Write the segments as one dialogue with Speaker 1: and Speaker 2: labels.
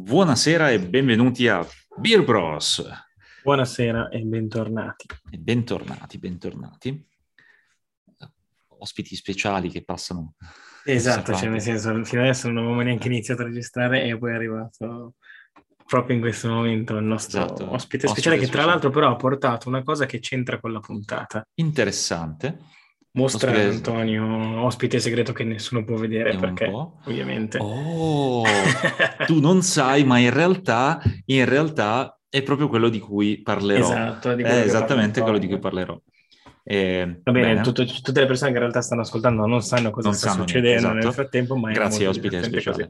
Speaker 1: Buonasera e benvenuti a Beer Bros.
Speaker 2: Buonasera e bentornati.
Speaker 1: E bentornati. Ospiti speciali che passano.
Speaker 2: Esatto, cioè nel senso, fino adesso non avevamo neanche iniziato a registrare e poi è arrivato proprio in questo momento il nostro
Speaker 1: Esatto,
Speaker 2: ospite speciale che tra l'altro però ha portato una cosa che c'entra con la puntata.
Speaker 1: Interessante.
Speaker 2: Mostra Antonio, ospite segreto che nessuno può vedere
Speaker 1: Vediamo un
Speaker 2: perché,
Speaker 1: po'.
Speaker 2: ovviamente.
Speaker 1: Oh, tu non sai, ma in realtà è proprio quello di cui parlerò.
Speaker 2: Esatto, di
Speaker 1: È
Speaker 2: quello che parla
Speaker 1: esattamente quello di cui
Speaker 2: Antonio.
Speaker 1: parlerò.
Speaker 2: Va bene,
Speaker 1: Bene,
Speaker 2: tutte le persone che in realtà stanno ascoltando non sanno cosa
Speaker 1: non
Speaker 2: sta
Speaker 1: sanno niente,
Speaker 2: succedendo nel
Speaker 1: esatto.
Speaker 2: frattempo, ma è
Speaker 1: Grazie,
Speaker 2: molto
Speaker 1: ospite
Speaker 2: divertente così.
Speaker 1: speciale.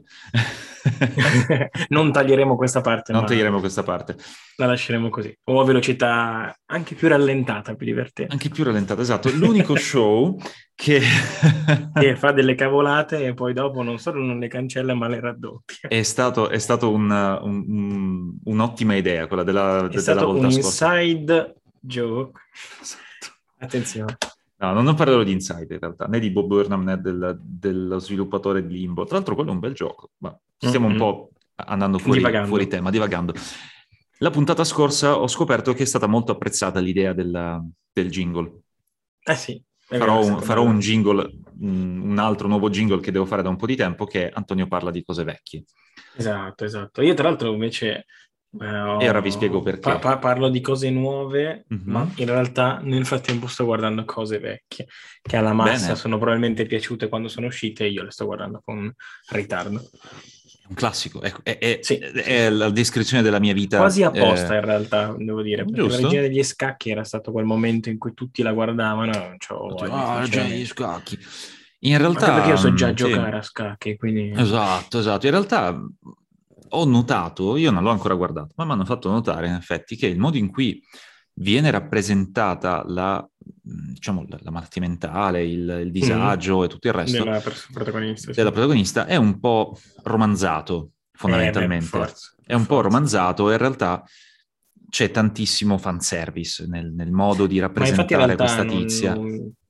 Speaker 2: Non taglieremo questa parte,
Speaker 1: Non
Speaker 2: ma
Speaker 1: taglieremo questa parte.
Speaker 2: la lasceremo così. O a velocità anche più rallentata, più divertente.
Speaker 1: Anche più rallentato, esatto. L'unico show che
Speaker 2: Che fa delle cavolate e poi dopo non solo non le cancella, ma le raddoppia.
Speaker 1: è stato un'ottima idea, quella della
Speaker 2: È stato un
Speaker 1: volta scorsa.
Speaker 2: inside joke.
Speaker 1: Esatto.
Speaker 2: Attenzione.
Speaker 1: No, non parlerò di Inside in realtà, né di Bob Burnham né dello sviluppatore di Limbo. Tra l'altro quello è un bel gioco, ma stiamo un po' andando fuori
Speaker 2: Divagando.
Speaker 1: tema, divagando. La puntata scorsa ho scoperto che è stata molto apprezzata l'idea del jingle.
Speaker 2: Eh sì, è vero, è
Speaker 1: Farò un
Speaker 2: stato
Speaker 1: jingle, un altro nuovo jingle che devo fare da un po' di tempo, che Antonio parla di cose vecchie.
Speaker 2: Esatto. Io tra l'altro invece
Speaker 1: E ora vi spiego perché.
Speaker 2: parlo di cose nuove, ma
Speaker 1: Mhm.
Speaker 2: in realtà nel frattempo sto guardando cose vecchie, che alla massa
Speaker 1: Bene,
Speaker 2: sono probabilmente piaciute quando sono uscite e io le sto guardando con ritardo.
Speaker 1: è un classico,
Speaker 2: Sì.
Speaker 1: è la descrizione della mia vita.
Speaker 2: Quasi apposta in realtà, devo dire, perché la regina
Speaker 1: Giusto?
Speaker 2: degli scacchi era stato quel momento in cui tutti la guardavano e non c'avevo
Speaker 1: Oddio,
Speaker 2: voglia,
Speaker 1: già gli
Speaker 2: sinceramente.
Speaker 1: scacchi. In
Speaker 2: Anche perché io
Speaker 1: realtà,
Speaker 2: so già
Speaker 1: sì,
Speaker 2: giocare a scacchi, quindi...
Speaker 1: esatto. In realtà ho notato, io non l'ho ancora guardato, ma mi hanno fatto notare in effetti che il modo in cui viene rappresentata diciamo, la malattia mentale, il
Speaker 2: Mhm.
Speaker 1: disagio e tutto il resto
Speaker 2: Della protagonista,
Speaker 1: della
Speaker 2: sì.
Speaker 1: protagonista è un po' romanzato,
Speaker 2: Beh, per
Speaker 1: fondamentalmente.
Speaker 2: forza,
Speaker 1: È
Speaker 2: per
Speaker 1: un po'
Speaker 2: forza.
Speaker 1: romanzato e in realtà c'è tantissimo fanservice nel modo di
Speaker 2: Ma infatti in
Speaker 1: rappresentare
Speaker 2: realtà
Speaker 1: questa tizia.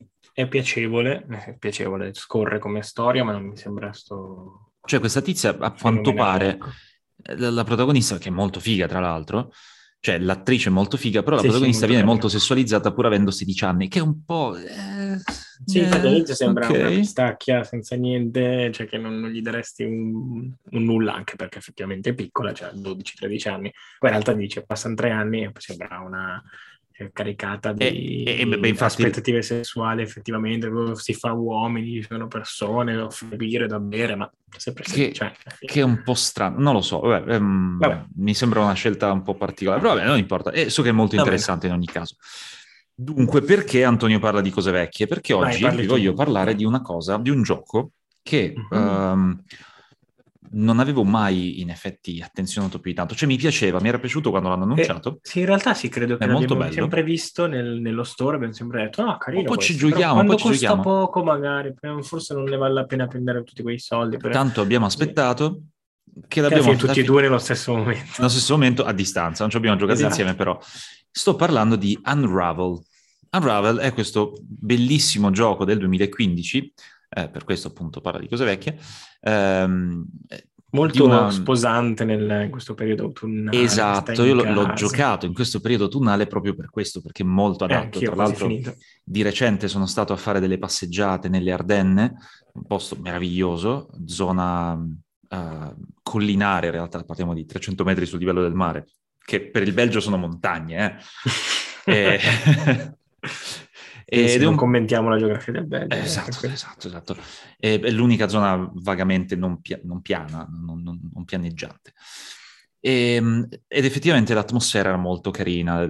Speaker 2: è piacevole, scorre come storia, ma non mi sembra sto
Speaker 1: Cioè, questa tizia, a quanto
Speaker 2: fenomenale,
Speaker 1: pare,
Speaker 2: ecco.
Speaker 1: la protagonista, che è molto figa, tra l'altro, cioè l'attrice è molto figa, però la
Speaker 2: Sì, sì,
Speaker 1: protagonista
Speaker 2: molto
Speaker 1: viene molto
Speaker 2: carino.
Speaker 1: sessualizzata pur avendo 16 anni, che è un po'...
Speaker 2: Sì, infatti all'inizio sembra una
Speaker 1: ok.
Speaker 2: pistacchia senza niente, cioè che non gli daresti un nulla, anche perché effettivamente è piccola, cioè 12-13 anni. Poi in realtà dice, passano 3 anni e poi sembra una caricata
Speaker 1: Beh,
Speaker 2: di
Speaker 1: infatti,
Speaker 2: aspettative sessuali, effettivamente, si fa uomini, ci sono persone, offre birre da bere, ma sempre 16
Speaker 1: che,
Speaker 2: anni alla fine.
Speaker 1: che è un po' strano, non lo so, vabbè,
Speaker 2: Vabbè,
Speaker 1: mi sembra una scelta un po' particolare, però vabbè, non importa, e so che è molto
Speaker 2: va bene,
Speaker 1: interessante in ogni caso. Dunque, perché Antonio parla di cose vecchie? Perché
Speaker 2: vai,
Speaker 1: oggi
Speaker 2: parli
Speaker 1: vi
Speaker 2: tu.
Speaker 1: voglio parlare di una cosa, di un gioco che
Speaker 2: Mhm.
Speaker 1: non avevo mai in effetti attenzionato più di tanto. Cioè mi piaceva, mi era piaciuto quando l'hanno annunciato,
Speaker 2: Sì, in realtà sì, credo
Speaker 1: è
Speaker 2: che
Speaker 1: molto
Speaker 2: l'abbiamo
Speaker 1: bello.
Speaker 2: sempre visto nello store, abbiamo sempre detto, no,
Speaker 1: Oh,
Speaker 2: carino
Speaker 1: poi ci
Speaker 2: questo, però
Speaker 1: giochiamo, poi
Speaker 2: quando
Speaker 1: ci
Speaker 2: costa
Speaker 1: giochiamo.
Speaker 2: poco magari, forse non ne vale la pena prendere tutti quei soldi,
Speaker 1: Tanto abbiamo
Speaker 2: così.
Speaker 1: aspettato che
Speaker 2: E alla
Speaker 1: l'abbiamo
Speaker 2: fine tutti e due nello stesso momento.
Speaker 1: nello stesso momento a distanza, non ci abbiamo giocato insieme,
Speaker 2: Esatto.
Speaker 1: però sto parlando di Unravel. Unravel è questo bellissimo gioco del 2015, per questo appunto parla di cose vecchie, ehm, di
Speaker 2: Molto
Speaker 1: una...
Speaker 2: sposante in questo periodo autunnale che stai
Speaker 1: Esatto, io
Speaker 2: in
Speaker 1: l'ho
Speaker 2: casa.
Speaker 1: giocato in questo periodo autunnale proprio per questo, perché è molto adatto.
Speaker 2: Anch'io
Speaker 1: Tra
Speaker 2: ho quasi
Speaker 1: l'altro,
Speaker 2: finito.
Speaker 1: di recente sono stato a fare delle passeggiate nelle Ardenne, un posto meraviglioso, zona collinare, in realtà parliamo di 300 metri sul livello del mare, che per il Belgio sono montagne, eh.
Speaker 2: Sì, sì,
Speaker 1: Ed è
Speaker 2: non
Speaker 1: un...
Speaker 2: commentiamo la geografia del Belgio, vai,
Speaker 1: Esatto,
Speaker 2: tranquillo.
Speaker 1: esatto. È l'unica zona vagamente non piana, non pianeggiante. Ed effettivamente l'atmosfera era molto carina,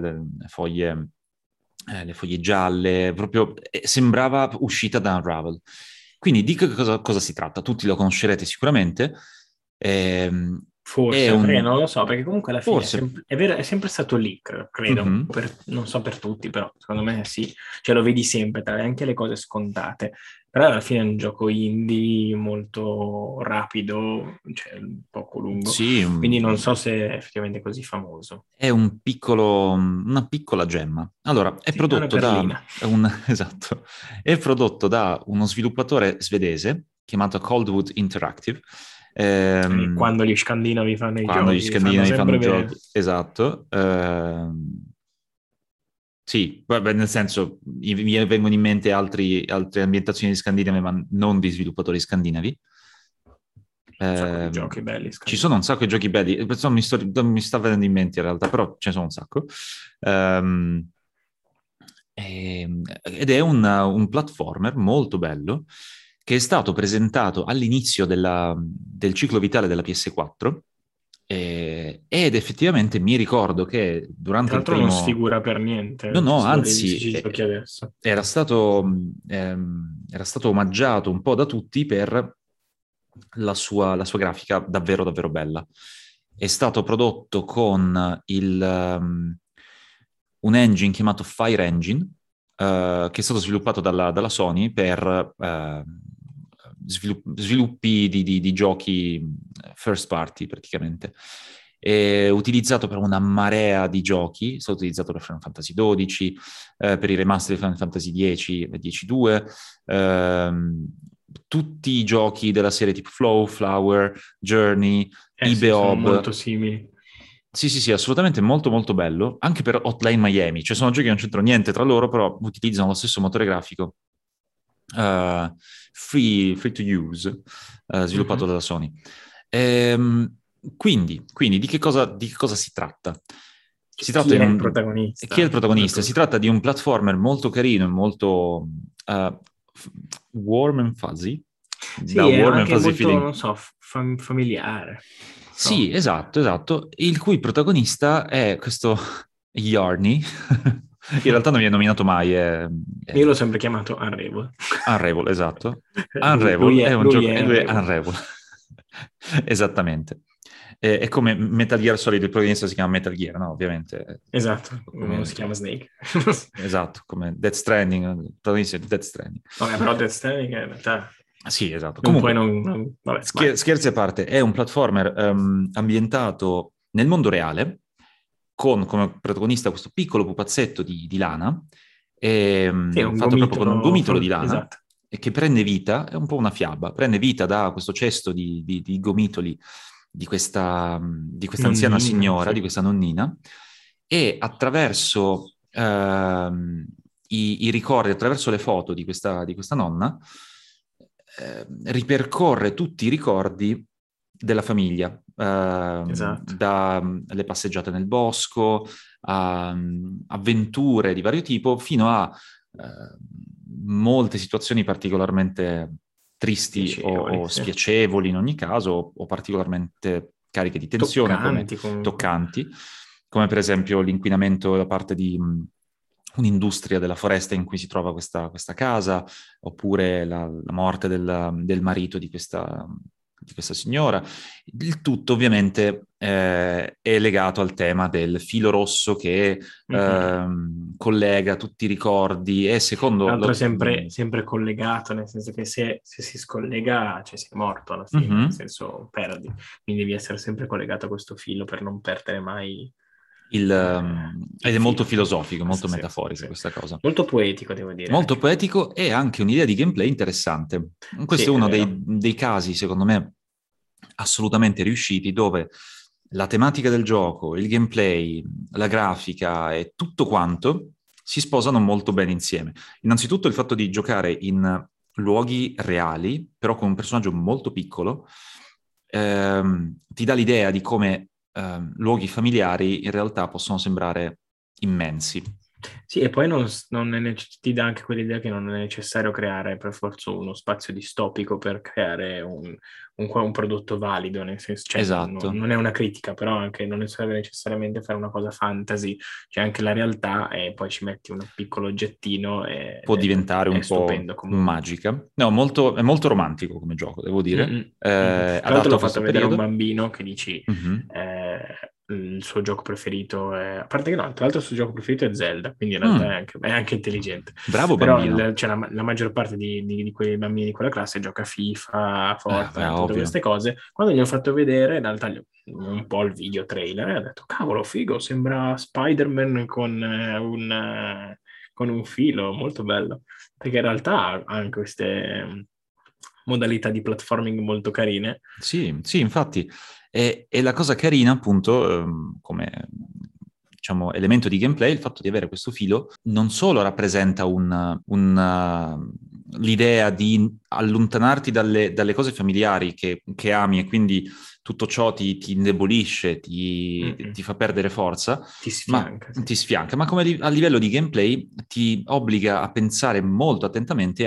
Speaker 1: le foglie gialle, proprio sembrava uscita da Unravel. Quindi di che cosa si tratta? Tutti lo conoscerete sicuramente. Ehm, è
Speaker 2: Forse, perché
Speaker 1: un...
Speaker 2: non lo so, perché comunque alla fine
Speaker 1: Forse.
Speaker 2: è vero, è sempre stato lì, credo,
Speaker 1: Mhm.
Speaker 2: non so per tutti, però secondo me sì, cioè lo vedi sempre, tra anche le cose scontate, però alla fine è un gioco indie molto rapido, cioè poco lungo,
Speaker 1: Sì,
Speaker 2: quindi non so se è effettivamente così famoso.
Speaker 1: è una piccola gemma. Allora,
Speaker 2: Sì, è una perlina.
Speaker 1: esatto, è prodotto da uno sviluppatore svedese chiamato Coldwood Interactive,
Speaker 2: E quando gli scandinavi fanno i
Speaker 1: quando gli
Speaker 2: giochi, fanno
Speaker 1: scandinavi fanno
Speaker 2: sempre bene.
Speaker 1: giochi, esatto. Sì, vabbè, nel senso, mi vengono in mente altre ambientazioni scandinave, ma non di sviluppatori scandinavi.
Speaker 2: Un sacco di giochi belli
Speaker 1: Ci sono un sacco di giochi belli, non mi sta venendo in mente in realtà, però ce ne sono un sacco. Ed è un platformer molto bello che è stato presentato all'inizio del ciclo vitale della PS4 ed effettivamente mi ricordo che durante
Speaker 2: Tra
Speaker 1: il
Speaker 2: l'altro non
Speaker 1: primo...
Speaker 2: sfigura per
Speaker 1: No,
Speaker 2: niente,
Speaker 1: no,
Speaker 2: se volevi, se
Speaker 1: anzi,
Speaker 2: ci giochi adesso.
Speaker 1: era stato omaggiato un po' da tutti per la sua grafica davvero, davvero bella. È stato prodotto con un engine chiamato Fire Engine, che è stato sviluppato dalla Sony per sviluppi di giochi first party praticamente. È utilizzato per una marea di giochi, è stato utilizzato per Final Fantasy XII, per i remaster di Final Fantasy X e X-2, tutti i giochi della serie tipo Flow, Flower, Journey,
Speaker 2: Sì, sono
Speaker 1: Ibeob.
Speaker 2: molto simili.
Speaker 1: Sì, sì, sì, assolutamente molto molto bello, anche per Hotline Miami, cioè sono giochi che non c'entrano niente tra loro, però utilizzano lo stesso motore grafico free to use, sviluppato
Speaker 2: Mhm.
Speaker 1: dalla Sony. Ehm, quindi di che cosa si tratta? Si tratta
Speaker 2: Chi
Speaker 1: di
Speaker 2: è il
Speaker 1: chi è il
Speaker 2: protagonista,
Speaker 1: protagonista? Si
Speaker 2: soprattutto?
Speaker 1: tratta di un platformer molto carino e molto warm and fuzzy, da
Speaker 2: Sì, è
Speaker 1: warm and
Speaker 2: anche
Speaker 1: fuzzy
Speaker 2: molto,
Speaker 1: feeling.
Speaker 2: non so, familiare.
Speaker 1: Sì,
Speaker 2: No?
Speaker 1: esatto, esatto. Il cui protagonista è questo Yarny. In realtà non viene nominato mai,
Speaker 2: Io l'ho sempre chiamato Unravel.
Speaker 1: Unravel, esatto.
Speaker 2: Lui, lui
Speaker 1: Unravel è
Speaker 2: è,
Speaker 1: un
Speaker 2: lui
Speaker 1: gioco,
Speaker 2: è
Speaker 1: e lui è
Speaker 2: Unravel.
Speaker 1: Unravel. Esattamente. È come Metal Gear Solid, il protagonista si chiama Metal Gear, no? Ovviamente.
Speaker 2: Esatto, non si
Speaker 1: Come,
Speaker 2: chiama Snake.
Speaker 1: esatto, come Death Stranding, il protagonista di Death Stranding.
Speaker 2: Vabbè, però Death Stranding in realtà
Speaker 1: Sì, esatto.
Speaker 2: non puoi
Speaker 1: Comunque,
Speaker 2: non. Vabbè, vai.
Speaker 1: scherzi a parte, è un platformer ambientato nel mondo reale, con come protagonista questo piccolo pupazzetto di lana,
Speaker 2: Sì, è un
Speaker 1: fatto proprio con un
Speaker 2: gomitolo,
Speaker 1: gomitolo di lana,
Speaker 2: esatto.
Speaker 1: e che prende vita, è un po' una fiaba, prende vita da questo cesto di gomitoli di questa anziana
Speaker 2: Nonnina,
Speaker 1: signora,
Speaker 2: sì.
Speaker 1: di questa nonnina, e attraverso i ricordi, attraverso le foto di questa nonna, ripercorre tutti i ricordi della famiglia,
Speaker 2: Esatto.
Speaker 1: dalle passeggiate nel bosco, a avventure di vario tipo, fino a molte situazioni particolarmente tristi
Speaker 2: Piacevoli,
Speaker 1: o
Speaker 2: sì.
Speaker 1: spiacevoli in ogni caso, o particolarmente cariche di tensione, come
Speaker 2: Toccanti comunque.
Speaker 1: toccanti, come per esempio l'inquinamento da parte di un'industria della foresta in cui si trova questa casa, oppure la morte del marito di questa signora. Il tutto ovviamente è legato al tema del filo rosso che
Speaker 2: Mhm.
Speaker 1: collega tutti i ricordi e secondo...
Speaker 2: Tra l'altro è sempre collegato, nel senso che se si scollega, cioè sei morto alla fine, nel
Speaker 1: Mhm.
Speaker 2: senso perdi. Quindi devi essere sempre collegato a questo filo per non perdere mai
Speaker 1: Ed
Speaker 2: il
Speaker 1: è molto
Speaker 2: filo.
Speaker 1: filosofico, molto
Speaker 2: Sì, sì,
Speaker 1: metaforica
Speaker 2: sì.
Speaker 1: questa cosa.
Speaker 2: Molto poetico, devo dire
Speaker 1: Molto
Speaker 2: anche.
Speaker 1: poetico e anche un'idea di gameplay interessante.
Speaker 2: Sì,
Speaker 1: Questo è
Speaker 2: è
Speaker 1: uno
Speaker 2: vero.
Speaker 1: dei casi, secondo me, assolutamente riusciti, dove la tematica del gioco, il gameplay, la grafica e tutto quanto si sposano molto bene insieme. Innanzitutto il fatto di giocare in luoghi reali, però con un personaggio molto piccolo, ti dà l'idea di come luoghi familiari in realtà possono sembrare immensi.
Speaker 2: Sì, e poi ti dà anche quell'idea che non è necessario creare per forza uno spazio distopico per creare un prodotto valido, nel senso, cioè,
Speaker 1: Esatto.
Speaker 2: non è una critica, però anche non serve necessariamente fare una cosa fantasy, c'è anche la realtà e poi ci metti un piccolo oggettino ed
Speaker 1: Può diventare
Speaker 2: è
Speaker 1: un po'
Speaker 2: stupendo comunque.
Speaker 1: magica. No, è molto romantico come gioco, devo dire.
Speaker 2: Mm-mm, mm-mm. Tra l'altro
Speaker 1: Adatto
Speaker 2: l'ho
Speaker 1: a
Speaker 2: fatto
Speaker 1: questo
Speaker 2: vedere a un
Speaker 1: periodo.
Speaker 2: bambino che dici
Speaker 1: Mhm.
Speaker 2: il suo gioco preferito è... A parte che no, tra l'altro il suo gioco preferito è Zelda, quindi in realtà
Speaker 1: Mm.
Speaker 2: è anche intelligente.
Speaker 1: Bravo
Speaker 2: Però
Speaker 1: bambino.
Speaker 2: cioè, la maggior parte di quei bambini di quella classe gioca FIFA,
Speaker 1: Beh,
Speaker 2: Fortnite, tutte
Speaker 1: ovvio.
Speaker 2: queste cose. Quando gli ho fatto vedere, in realtà un po' il video trailer, e ho detto, cavolo, figo, sembra Spider-Man con un filo, molto bello. Perché in realtà ha anche queste modalità di platforming molto carine.
Speaker 1: Sì, sì, infatti. E la cosa carina, appunto, come diciamo, elemento di gameplay, il fatto di avere questo filo non solo rappresenta l'idea di allontanarti dalle cose familiari che ami e quindi tutto ciò ti indebolisce, ti fa perdere forza,
Speaker 2: Ti
Speaker 1: ma
Speaker 2: sfianca, sì.
Speaker 1: ti sfianca, ma come a livello di gameplay ti obbliga a pensare molto attentamente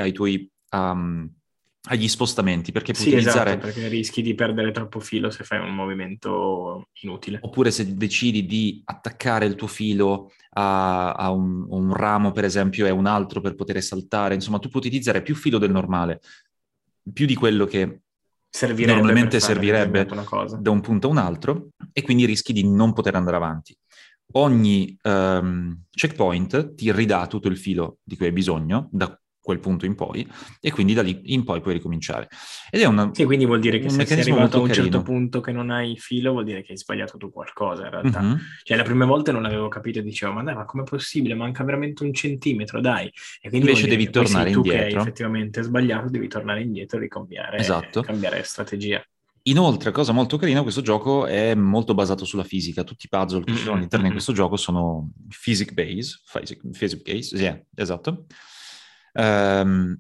Speaker 1: agli spostamenti, perché puoi
Speaker 2: Sì, esatto,
Speaker 1: utilizzare.
Speaker 2: perché rischi di perdere troppo filo se fai un movimento inutile.
Speaker 1: Oppure se decidi di attaccare il tuo filo a un ramo, per esempio, e un altro per poter saltare, insomma, tu puoi utilizzare più filo del normale, più di quello che
Speaker 2: Servirebbe per
Speaker 1: normalmente
Speaker 2: fare
Speaker 1: servirebbe
Speaker 2: determinata una cosa.
Speaker 1: da un punto a un altro, e quindi rischi di non poter andare avanti. Ogni checkpoint ti ridà tutto il filo di cui hai bisogno da quel punto in poi, e quindi da lì in poi puoi ricominciare. Ed è
Speaker 2: Sì, quindi vuol dire che
Speaker 1: un
Speaker 2: se sei
Speaker 1: meccanismo
Speaker 2: arrivato a
Speaker 1: molto
Speaker 2: un certo
Speaker 1: carino.
Speaker 2: punto che non hai filo, vuol dire che hai sbagliato tu qualcosa in realtà.
Speaker 1: Mhm.
Speaker 2: Cioè, le prime volte non l'avevo capito e dicevo, ma dai, ma com'è possibile? Manca veramente un centimetro, dai. E quindi vuol
Speaker 1: Invece
Speaker 2: dire
Speaker 1: devi
Speaker 2: che poi sei
Speaker 1: tornare
Speaker 2: tu che hai
Speaker 1: indietro.
Speaker 2: effettivamente sbagliato, devi tornare indietro e ricambiare,
Speaker 1: Esatto.
Speaker 2: cambiare strategia.
Speaker 1: Inoltre, cosa molto carina, questo gioco è molto basato sulla fisica. Tutti i puzzle che ci sono all'interno di
Speaker 2: Mm.
Speaker 1: questo gioco sono physics based, sì, esatto. Ehm,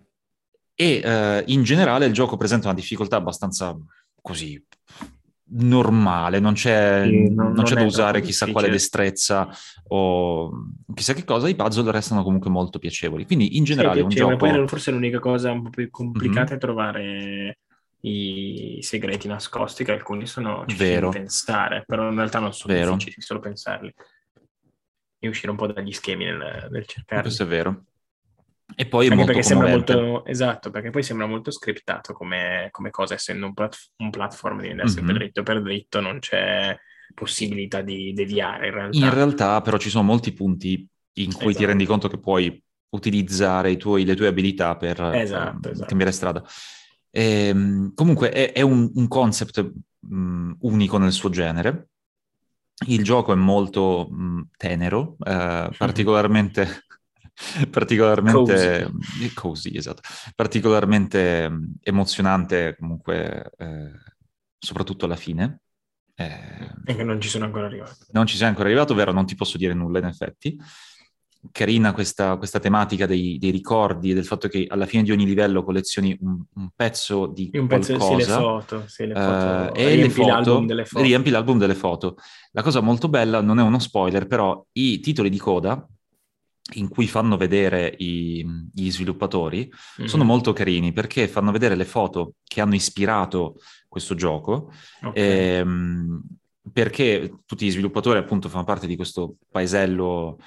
Speaker 1: in generale il gioco presenta una difficoltà abbastanza così normale,
Speaker 2: Sì,
Speaker 1: non c'è
Speaker 2: non
Speaker 1: da
Speaker 2: è troppo
Speaker 1: usare chissà quale
Speaker 2: difficile.
Speaker 1: destrezza o chissà che cosa, i puzzle restano comunque molto piacevoli. Quindi in
Speaker 2: Sì, è
Speaker 1: generale è un
Speaker 2: piacevole. Poi
Speaker 1: gioco.
Speaker 2: forse l'unica cosa un po' più complicata
Speaker 1: Mhm.
Speaker 2: è trovare i segreti nascosti, che alcuni ci devi
Speaker 1: Vero,
Speaker 2: pensare, però in realtà non sono
Speaker 1: vero,
Speaker 2: difficili, solo pensarli e uscire un po' dagli schemi nel cercarli.
Speaker 1: questo è vero. E poi è
Speaker 2: Anche
Speaker 1: molto
Speaker 2: perché sembra
Speaker 1: commovente.
Speaker 2: molto, esatto, perché poi sembra molto scriptato come cosa, essendo un platform devi andare sempre
Speaker 1: Mhm.
Speaker 2: dritto per dritto, non c'è possibilità di deviare in
Speaker 1: In
Speaker 2: realtà.
Speaker 1: realtà, però, ci sono molti punti in cui ti rendi
Speaker 2: Esatto,
Speaker 1: conto che puoi utilizzare le tue abilità per
Speaker 2: esatto,
Speaker 1: cambiare
Speaker 2: esatto.
Speaker 1: strada. Comunque, è un concept unico nel suo genere. Il gioco è molto tenero, particolarmente,
Speaker 2: Cozy.
Speaker 1: particolarmente cozy, esatto, particolarmente emozionante comunque, soprattutto alla fine.
Speaker 2: E che non ci sono ancora arrivato.
Speaker 1: Non ci sei ancora arrivato, vero? Non ti posso dire nulla, in effetti. Carina questa tematica dei ricordi e del fatto che alla fine di ogni livello collezioni un pezzo di
Speaker 2: Io un pezzo,
Speaker 1: qualcosa,
Speaker 2: sì, le foto,
Speaker 1: e le
Speaker 2: riempi l'album
Speaker 1: foto,
Speaker 2: delle foto.
Speaker 1: riempi l'album delle foto. La cosa molto bella, non è uno spoiler, però i titoli di coda in cui fanno vedere gli sviluppatori sono
Speaker 2: Mhm.
Speaker 1: molto carini, perché fanno vedere le foto che hanno ispirato questo gioco,
Speaker 2: Ok.
Speaker 1: ehm, perché tutti gli sviluppatori appunto fanno parte di questo paesello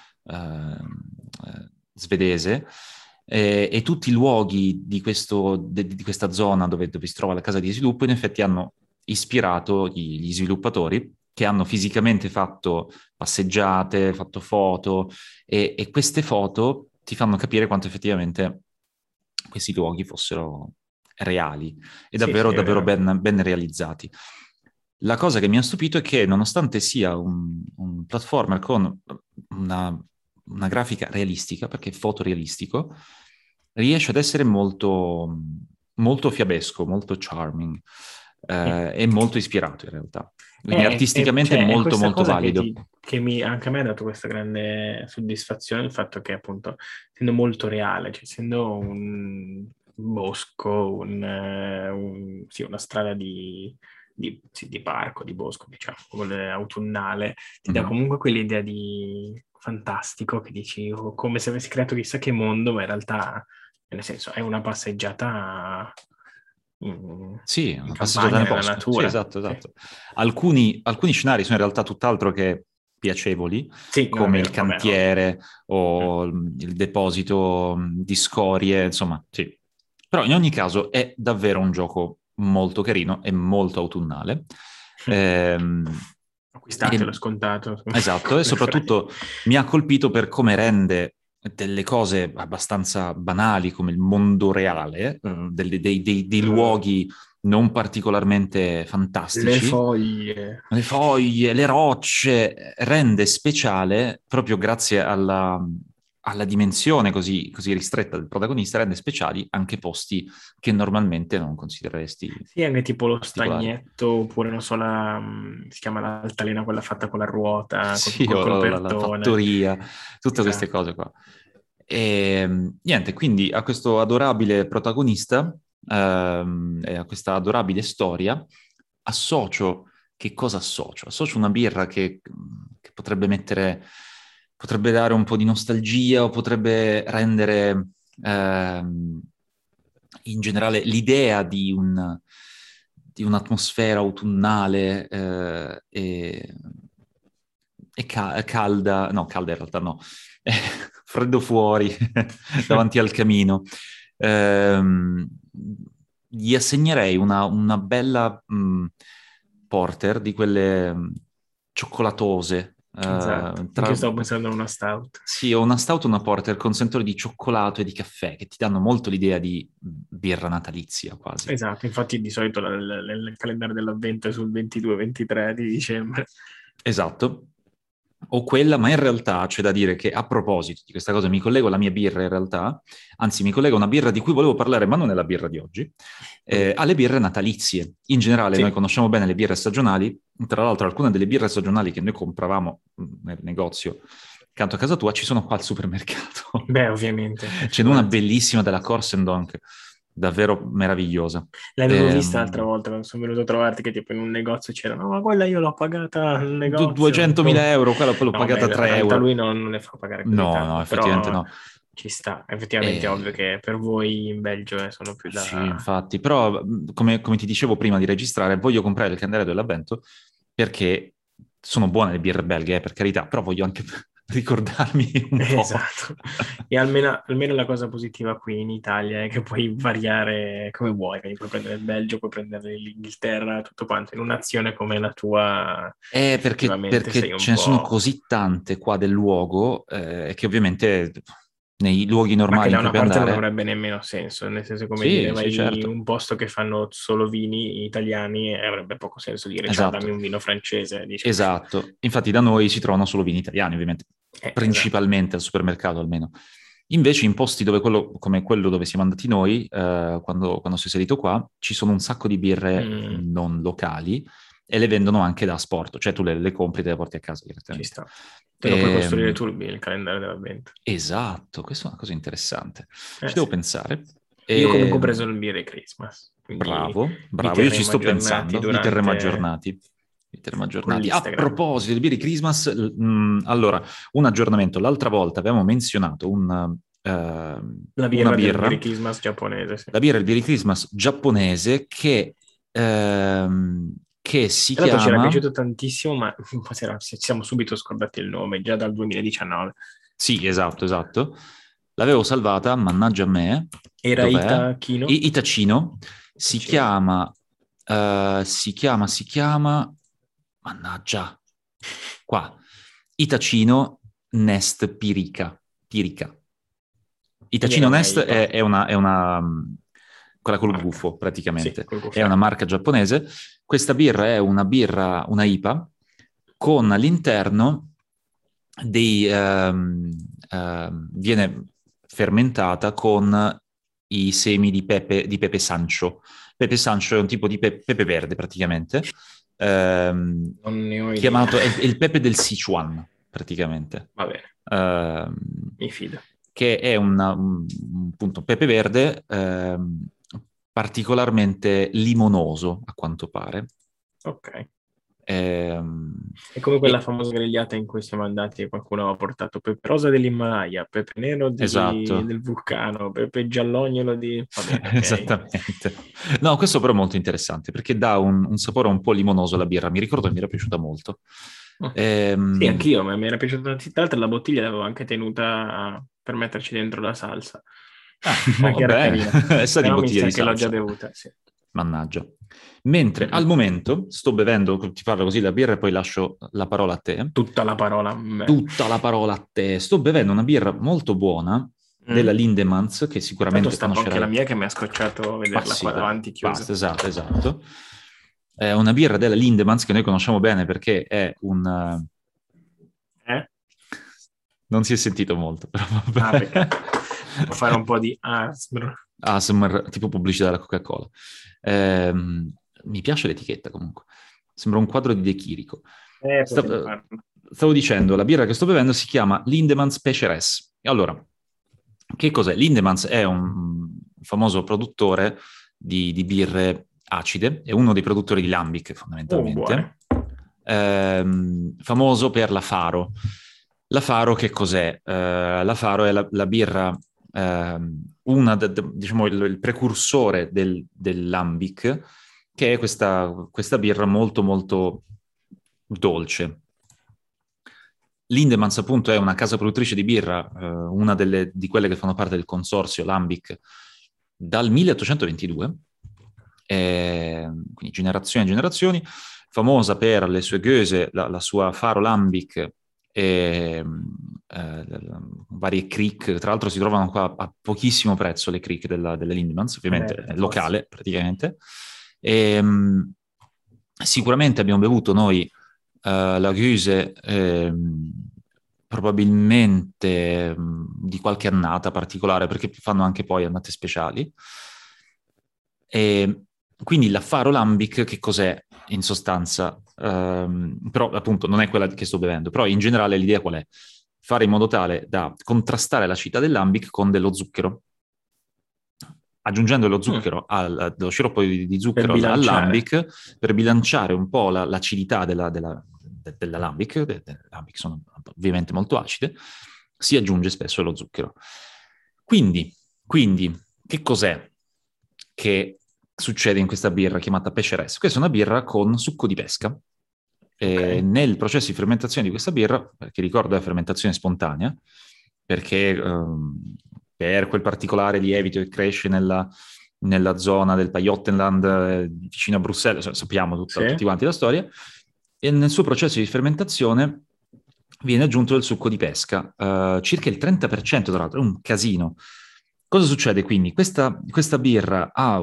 Speaker 1: svedese, e tutti i luoghi di questa zona dove si trova la casa di sviluppo in effetti hanno ispirato gli sviluppatori, che hanno fisicamente fatto passeggiate, fatto foto, e queste foto ti fanno capire quanto effettivamente questi luoghi fossero reali e
Speaker 2: Sì, sì,
Speaker 1: davvero,
Speaker 2: è
Speaker 1: davvero
Speaker 2: vero.
Speaker 1: ben realizzati. La cosa che mi ha stupito è che, nonostante sia un platformer con una grafica realistica, perché è fotorealistico, riesce ad essere molto, molto fiabesco, molto charming,
Speaker 2: Mm.
Speaker 1: e molto ispirato in realtà. Quindi artisticamente
Speaker 2: Cioè, è
Speaker 1: molto,
Speaker 2: questa
Speaker 1: molto
Speaker 2: cosa
Speaker 1: valido.
Speaker 2: anche a me ha dato questa grande soddisfazione, il fatto che appunto, essendo molto reale, cioè essendo un bosco, sì, una strada sì, di parco, di bosco, diciamo, autunnale, ti dà
Speaker 1: Mhm.
Speaker 2: comunque quell'idea di fantastico che dici, oh, come se avessi creato chissà che mondo, ma in realtà, nel senso, è una passeggiata
Speaker 1: Sì,
Speaker 2: in
Speaker 1: una passeggiata
Speaker 2: campagna,
Speaker 1: nel
Speaker 2: nella
Speaker 1: bosco. Sì,
Speaker 2: natura.
Speaker 1: esatto,
Speaker 2: Sì.
Speaker 1: esatto. Alcuni scenari sono in realtà tutt'altro che piacevoli,
Speaker 2: Sì, no, è
Speaker 1: come il
Speaker 2: vero, vabbè, ovvio.
Speaker 1: cantiere
Speaker 2: Mm.
Speaker 1: o il deposito di scorie, insomma, sì. Però in ogni caso è davvero un gioco molto carino e molto autunnale. Ehm,
Speaker 2: Acquistatelo
Speaker 1: e-
Speaker 2: scontato
Speaker 1: esatto,
Speaker 2: con
Speaker 1: e
Speaker 2: Black Friday.
Speaker 1: soprattutto mi ha colpito per come rende delle cose abbastanza banali come il mondo reale, dei
Speaker 2: Mm.
Speaker 1: luoghi non particolarmente
Speaker 2: Le
Speaker 1: fantastici,
Speaker 2: foglie.
Speaker 1: le foglie, le rocce, rende speciale proprio grazie alla dimensione così ristretta del protagonista rende speciali anche posti che normalmente non considereresti
Speaker 2: Sì, anche tipo lo
Speaker 1: particolari.
Speaker 2: stagnetto, oppure non so, si chiama l'altalena, quella fatta con la ruota, col,
Speaker 1: Sì,
Speaker 2: col
Speaker 1: o la
Speaker 2: copertone.
Speaker 1: fattoria, tutte queste
Speaker 2: Esatto.
Speaker 1: cose qua. E niente, quindi a questo adorabile protagonista e a questa adorabile storia associo, che cosa associo? Associo una birra che potrebbe dare un po' di nostalgia o potrebbe rendere in generale l'idea di un'atmosfera autunnale calda, no, calda in realtà no, freddo fuori, davanti al camino. Ehm, Gli assegnerei una bella porter di quelle cioccolatose.
Speaker 2: Esatto. Anche io stavo pensando a una stout.
Speaker 1: Sì, ho una stout o una porter con sentore di cioccolato e di caffè, che ti danno molto l'idea di birra natalizia, quasi.
Speaker 2: Esatto, infatti di solito il calendario dell'avvento è sul 22-23 di dicembre.
Speaker 1: Esatto. O quella, ma in realtà c'è da dire che a proposito di questa cosa mi collego alla mia birra in realtà, anzi mi collego a una birra di cui volevo parlare, ma non è la birra di oggi,
Speaker 2: Mm.
Speaker 1: alle birre natalizie. In generale noi
Speaker 2: Sì,
Speaker 1: conosciamo bene le birre stagionali, tra l'altro alcune delle birre stagionali che noi compravamo nel negozio accanto a casa tua ci sono qua al supermercato.
Speaker 2: beh, ovviamente,
Speaker 1: Ce n'è una
Speaker 2: figurati.
Speaker 1: bellissima della Corsendonk, davvero meravigliosa.
Speaker 2: L'avevo vista l'altra
Speaker 1: Ehm,
Speaker 2: volta quando sono venuto a trovarti che tipo in un negozio c'era, no, ma quella io l'ho pagata al negozio.
Speaker 1: 200.000 euro, quella poi l'ho
Speaker 2: No, beh,
Speaker 1: pagata
Speaker 2: in
Speaker 1: 3
Speaker 2: realtà
Speaker 1: euro.
Speaker 2: lui non ne fa pagare così
Speaker 1: No, no,
Speaker 2: tanto,
Speaker 1: effettivamente
Speaker 2: però
Speaker 1: no.
Speaker 2: ci sta. Effettivamente è ovvio
Speaker 1: Eh,
Speaker 2: che per voi in Belgio sono più
Speaker 1: sì,
Speaker 2: da...
Speaker 1: infatti, però come ti dicevo prima di registrare, voglio comprare il candelabro dell'avvento perché sono buone le birre belghe, per carità, però voglio anche ricordarmi un po'.
Speaker 2: Esatto, e almeno la cosa positiva qui in Italia è che puoi variare come vuoi, quindi puoi prendere il Belgio, puoi prendere l'Inghilterra, tutto quanto. In un'azione come la tua, effettivamente sei
Speaker 1: Perché
Speaker 2: un
Speaker 1: ce ne sono
Speaker 2: po'...
Speaker 1: così tante qua del luogo che ovviamente nei luoghi
Speaker 2: Ma che
Speaker 1: normali in
Speaker 2: da
Speaker 1: cui
Speaker 2: una
Speaker 1: puoi
Speaker 2: parte non
Speaker 1: andare.
Speaker 2: avrebbe nemmeno senso, nel senso, come dire,
Speaker 1: Sì, sì,
Speaker 2: vai in
Speaker 1: certo,
Speaker 2: un posto che fanno solo vini italiani e avrebbe poco senso dire ciao, dammi
Speaker 1: esatto.
Speaker 2: un vino francese, dice.
Speaker 1: Esatto, infatti da noi si trovano solo vini italiani, ovviamente,
Speaker 2: Esatto.
Speaker 1: principalmente al supermercato almeno. Invece in posti dove come quello dove siamo andati noi, quando sei salito qua, ci sono un sacco di birre
Speaker 2: Mm,
Speaker 1: non locali e le vendono anche da asporto, cioè tu le compri e te le porti a casa
Speaker 2: ci
Speaker 1: direttamente.
Speaker 2: sta. Te lo puoi costruire
Speaker 1: Ehm,
Speaker 2: tu il calendario dell'avvento.
Speaker 1: esatto, questa è una cosa interessante. Ci
Speaker 2: Eh
Speaker 1: devo
Speaker 2: sì.
Speaker 1: pensare.
Speaker 2: Io comunque ho preso
Speaker 1: Ehm,
Speaker 2: il birre Christmas, quindi
Speaker 1: Bravo,
Speaker 2: vi
Speaker 1: bravo, io ci
Speaker 2: terremo
Speaker 1: sto
Speaker 2: aggiornati
Speaker 1: pensando, vi terremo
Speaker 2: durante
Speaker 1: aggiornati. Vi terremo
Speaker 2: con
Speaker 1: aggiornati. A
Speaker 2: l'Instagram.
Speaker 1: proposito di Birri Christmas, allora, un aggiornamento. L'altra volta avevamo menzionato
Speaker 2: La
Speaker 1: una
Speaker 2: birra del birre
Speaker 1: birra,
Speaker 2: Christmas giapponese, sì.
Speaker 1: la birra del Birri Christmas giapponese che si
Speaker 2: Tra l'altro ci era
Speaker 1: chiama...
Speaker 2: piaciuto tantissimo, ma poi ci siamo subito scordati il nome, già dal 2019.
Speaker 1: Sì, esatto, esatto. L'avevo salvata, mannaggia a me.
Speaker 2: Era
Speaker 1: Dov'è?
Speaker 2: Itachino?
Speaker 1: Itacino. Si
Speaker 2: Itachino.
Speaker 1: chiama... si chiama... Mannaggia. Qua. Itacino Nest Pirica. Pirica.
Speaker 2: Ed era
Speaker 1: Itacino
Speaker 2: una
Speaker 1: Nest
Speaker 2: IPA,
Speaker 1: è quella col
Speaker 2: marca.
Speaker 1: gufo,
Speaker 2: Sì,
Speaker 1: praticamente.
Speaker 2: col
Speaker 1: È una
Speaker 2: gufetto.
Speaker 1: marca giapponese. Questa birra è una birra, una IPA, con all'interno viene fermentata con i semi di pepe sancho. Pepe sancho è un tipo di pepe verde, praticamente,
Speaker 2: Non ne ho idea.
Speaker 1: chiamato, è il pepe del Sichuan, praticamente.
Speaker 2: Va bene,
Speaker 1: Ehm,
Speaker 2: mi fido.
Speaker 1: che è appunto pepe verde particolarmente limonoso, a quanto pare.
Speaker 2: Ok.
Speaker 1: Ehm,
Speaker 2: È come quella
Speaker 1: e-
Speaker 2: famosa grigliata in cui siamo andati e qualcuno aveva portato pepe rosa dell'Himalaya, pepe nero
Speaker 1: esatto,
Speaker 2: del vulcano, pepe giallognolo di... Va bene, ok.
Speaker 1: esattamente. No, questo però è molto interessante perché dà un sapore un po' limonoso alla birra. Mi ricordo che mi era piaciuta molto.
Speaker 2: Mm. Sì,
Speaker 1: Ehm,
Speaker 2: anch'io, ma mi era piaciuta tantissimo. Tra l'altro la bottiglia l'avevo anche tenuta per metterci dentro la salsa,
Speaker 1: oh,
Speaker 2: che era
Speaker 1: bene,
Speaker 2: carina.
Speaker 1: sa di
Speaker 2: Però mi
Speaker 1: bottiglia
Speaker 2: sa
Speaker 1: di
Speaker 2: che l'ho già
Speaker 1: salsa.
Speaker 2: bevuta, sì.
Speaker 1: Mannaggia. Mentre al
Speaker 2: Mm-mm.
Speaker 1: momento sto bevendo, ti parlo così la birra e poi lascio la parola a te.
Speaker 2: Tutta la parola. Beh.
Speaker 1: Tutta la parola a te. Sto bevendo una birra molto buona della
Speaker 2: Mm.
Speaker 1: Lindemans, che
Speaker 2: Tanto
Speaker 1: sicuramente
Speaker 2: stappo anche la
Speaker 1: conoscerai.
Speaker 2: mia che mi ha scocciato
Speaker 1: Ma
Speaker 2: vederla
Speaker 1: sì,
Speaker 2: qua
Speaker 1: dai,
Speaker 2: davanti chiusa.
Speaker 1: basta, esatto, esatto. È una birra della Lindemans che noi conosciamo bene perché è
Speaker 2: Eh?
Speaker 1: Non si è sentito molto, però
Speaker 2: Ah,
Speaker 1: vabbè.
Speaker 2: perché può fare un po' di ASMR.
Speaker 1: ASMR, tipo pubblicità della Coca-Cola. Mi piace l'etichetta comunque. Sembra un quadro di De Chirico.
Speaker 2: Potevi farlo.
Speaker 1: Stavo dicendo, la birra che sto bevendo si chiama Lindemans Pecheres. E allora, che cos'è? Lindemans è un famoso produttore di birre acide, è uno dei produttori di Lambic fondamentalmente,
Speaker 2: Buone.
Speaker 1: famoso per la Faro. La Faro che cos'è? La Faro è la birra, diciamo il precursore del Lambic, che è questa birra molto molto dolce. Lindemans appunto è una casa produttrice di birra, una di quelle che fanno parte del consorzio Lambic dal 1822, quindi generazioni e generazioni, famosa per le sue Göse, la sua Faro Lambic e varie crick. Tra l'altro si trovano qua a pochissimo prezzo le crick delle Lindemans, ovviamente
Speaker 2: Per
Speaker 1: è
Speaker 2: forza.
Speaker 1: locale praticamente. Sicuramente abbiamo bevuto noi la Guse probabilmente di qualche annata particolare, perché fanno anche poi annate speciali. E quindi la Faro Lambic che cos'è in sostanza? Però appunto non è quella che sto bevendo, però in generale l'idea qual è? Fare in modo tale da contrastare l'acidità del Lambic con dello zucchero. Aggiungendo lo zucchero, lo sciroppo di
Speaker 2: Per
Speaker 1: zucchero
Speaker 2: bilanciare.
Speaker 1: all'Lambic per bilanciare un po' l'acidità della Lambic, le Lambic sono ovviamente molto acide, si aggiunge spesso lo zucchero. Quindi, che cos'è che succede in questa birra chiamata Pecheres? Questa è una birra con succo di pesca.
Speaker 2: Ok.
Speaker 1: Nel processo di fermentazione di questa birra, che ricordo è fermentazione spontanea, perché per quel particolare lievito che cresce nella zona del Pajottenland, vicino a Bruxelles, sappiamo
Speaker 2: Sì.
Speaker 1: tutti quanti la storia, e nel suo processo di fermentazione viene aggiunto del succo di pesca, circa il 30% tra l'altro, è un casino. Cosa succede quindi? Questa birra ha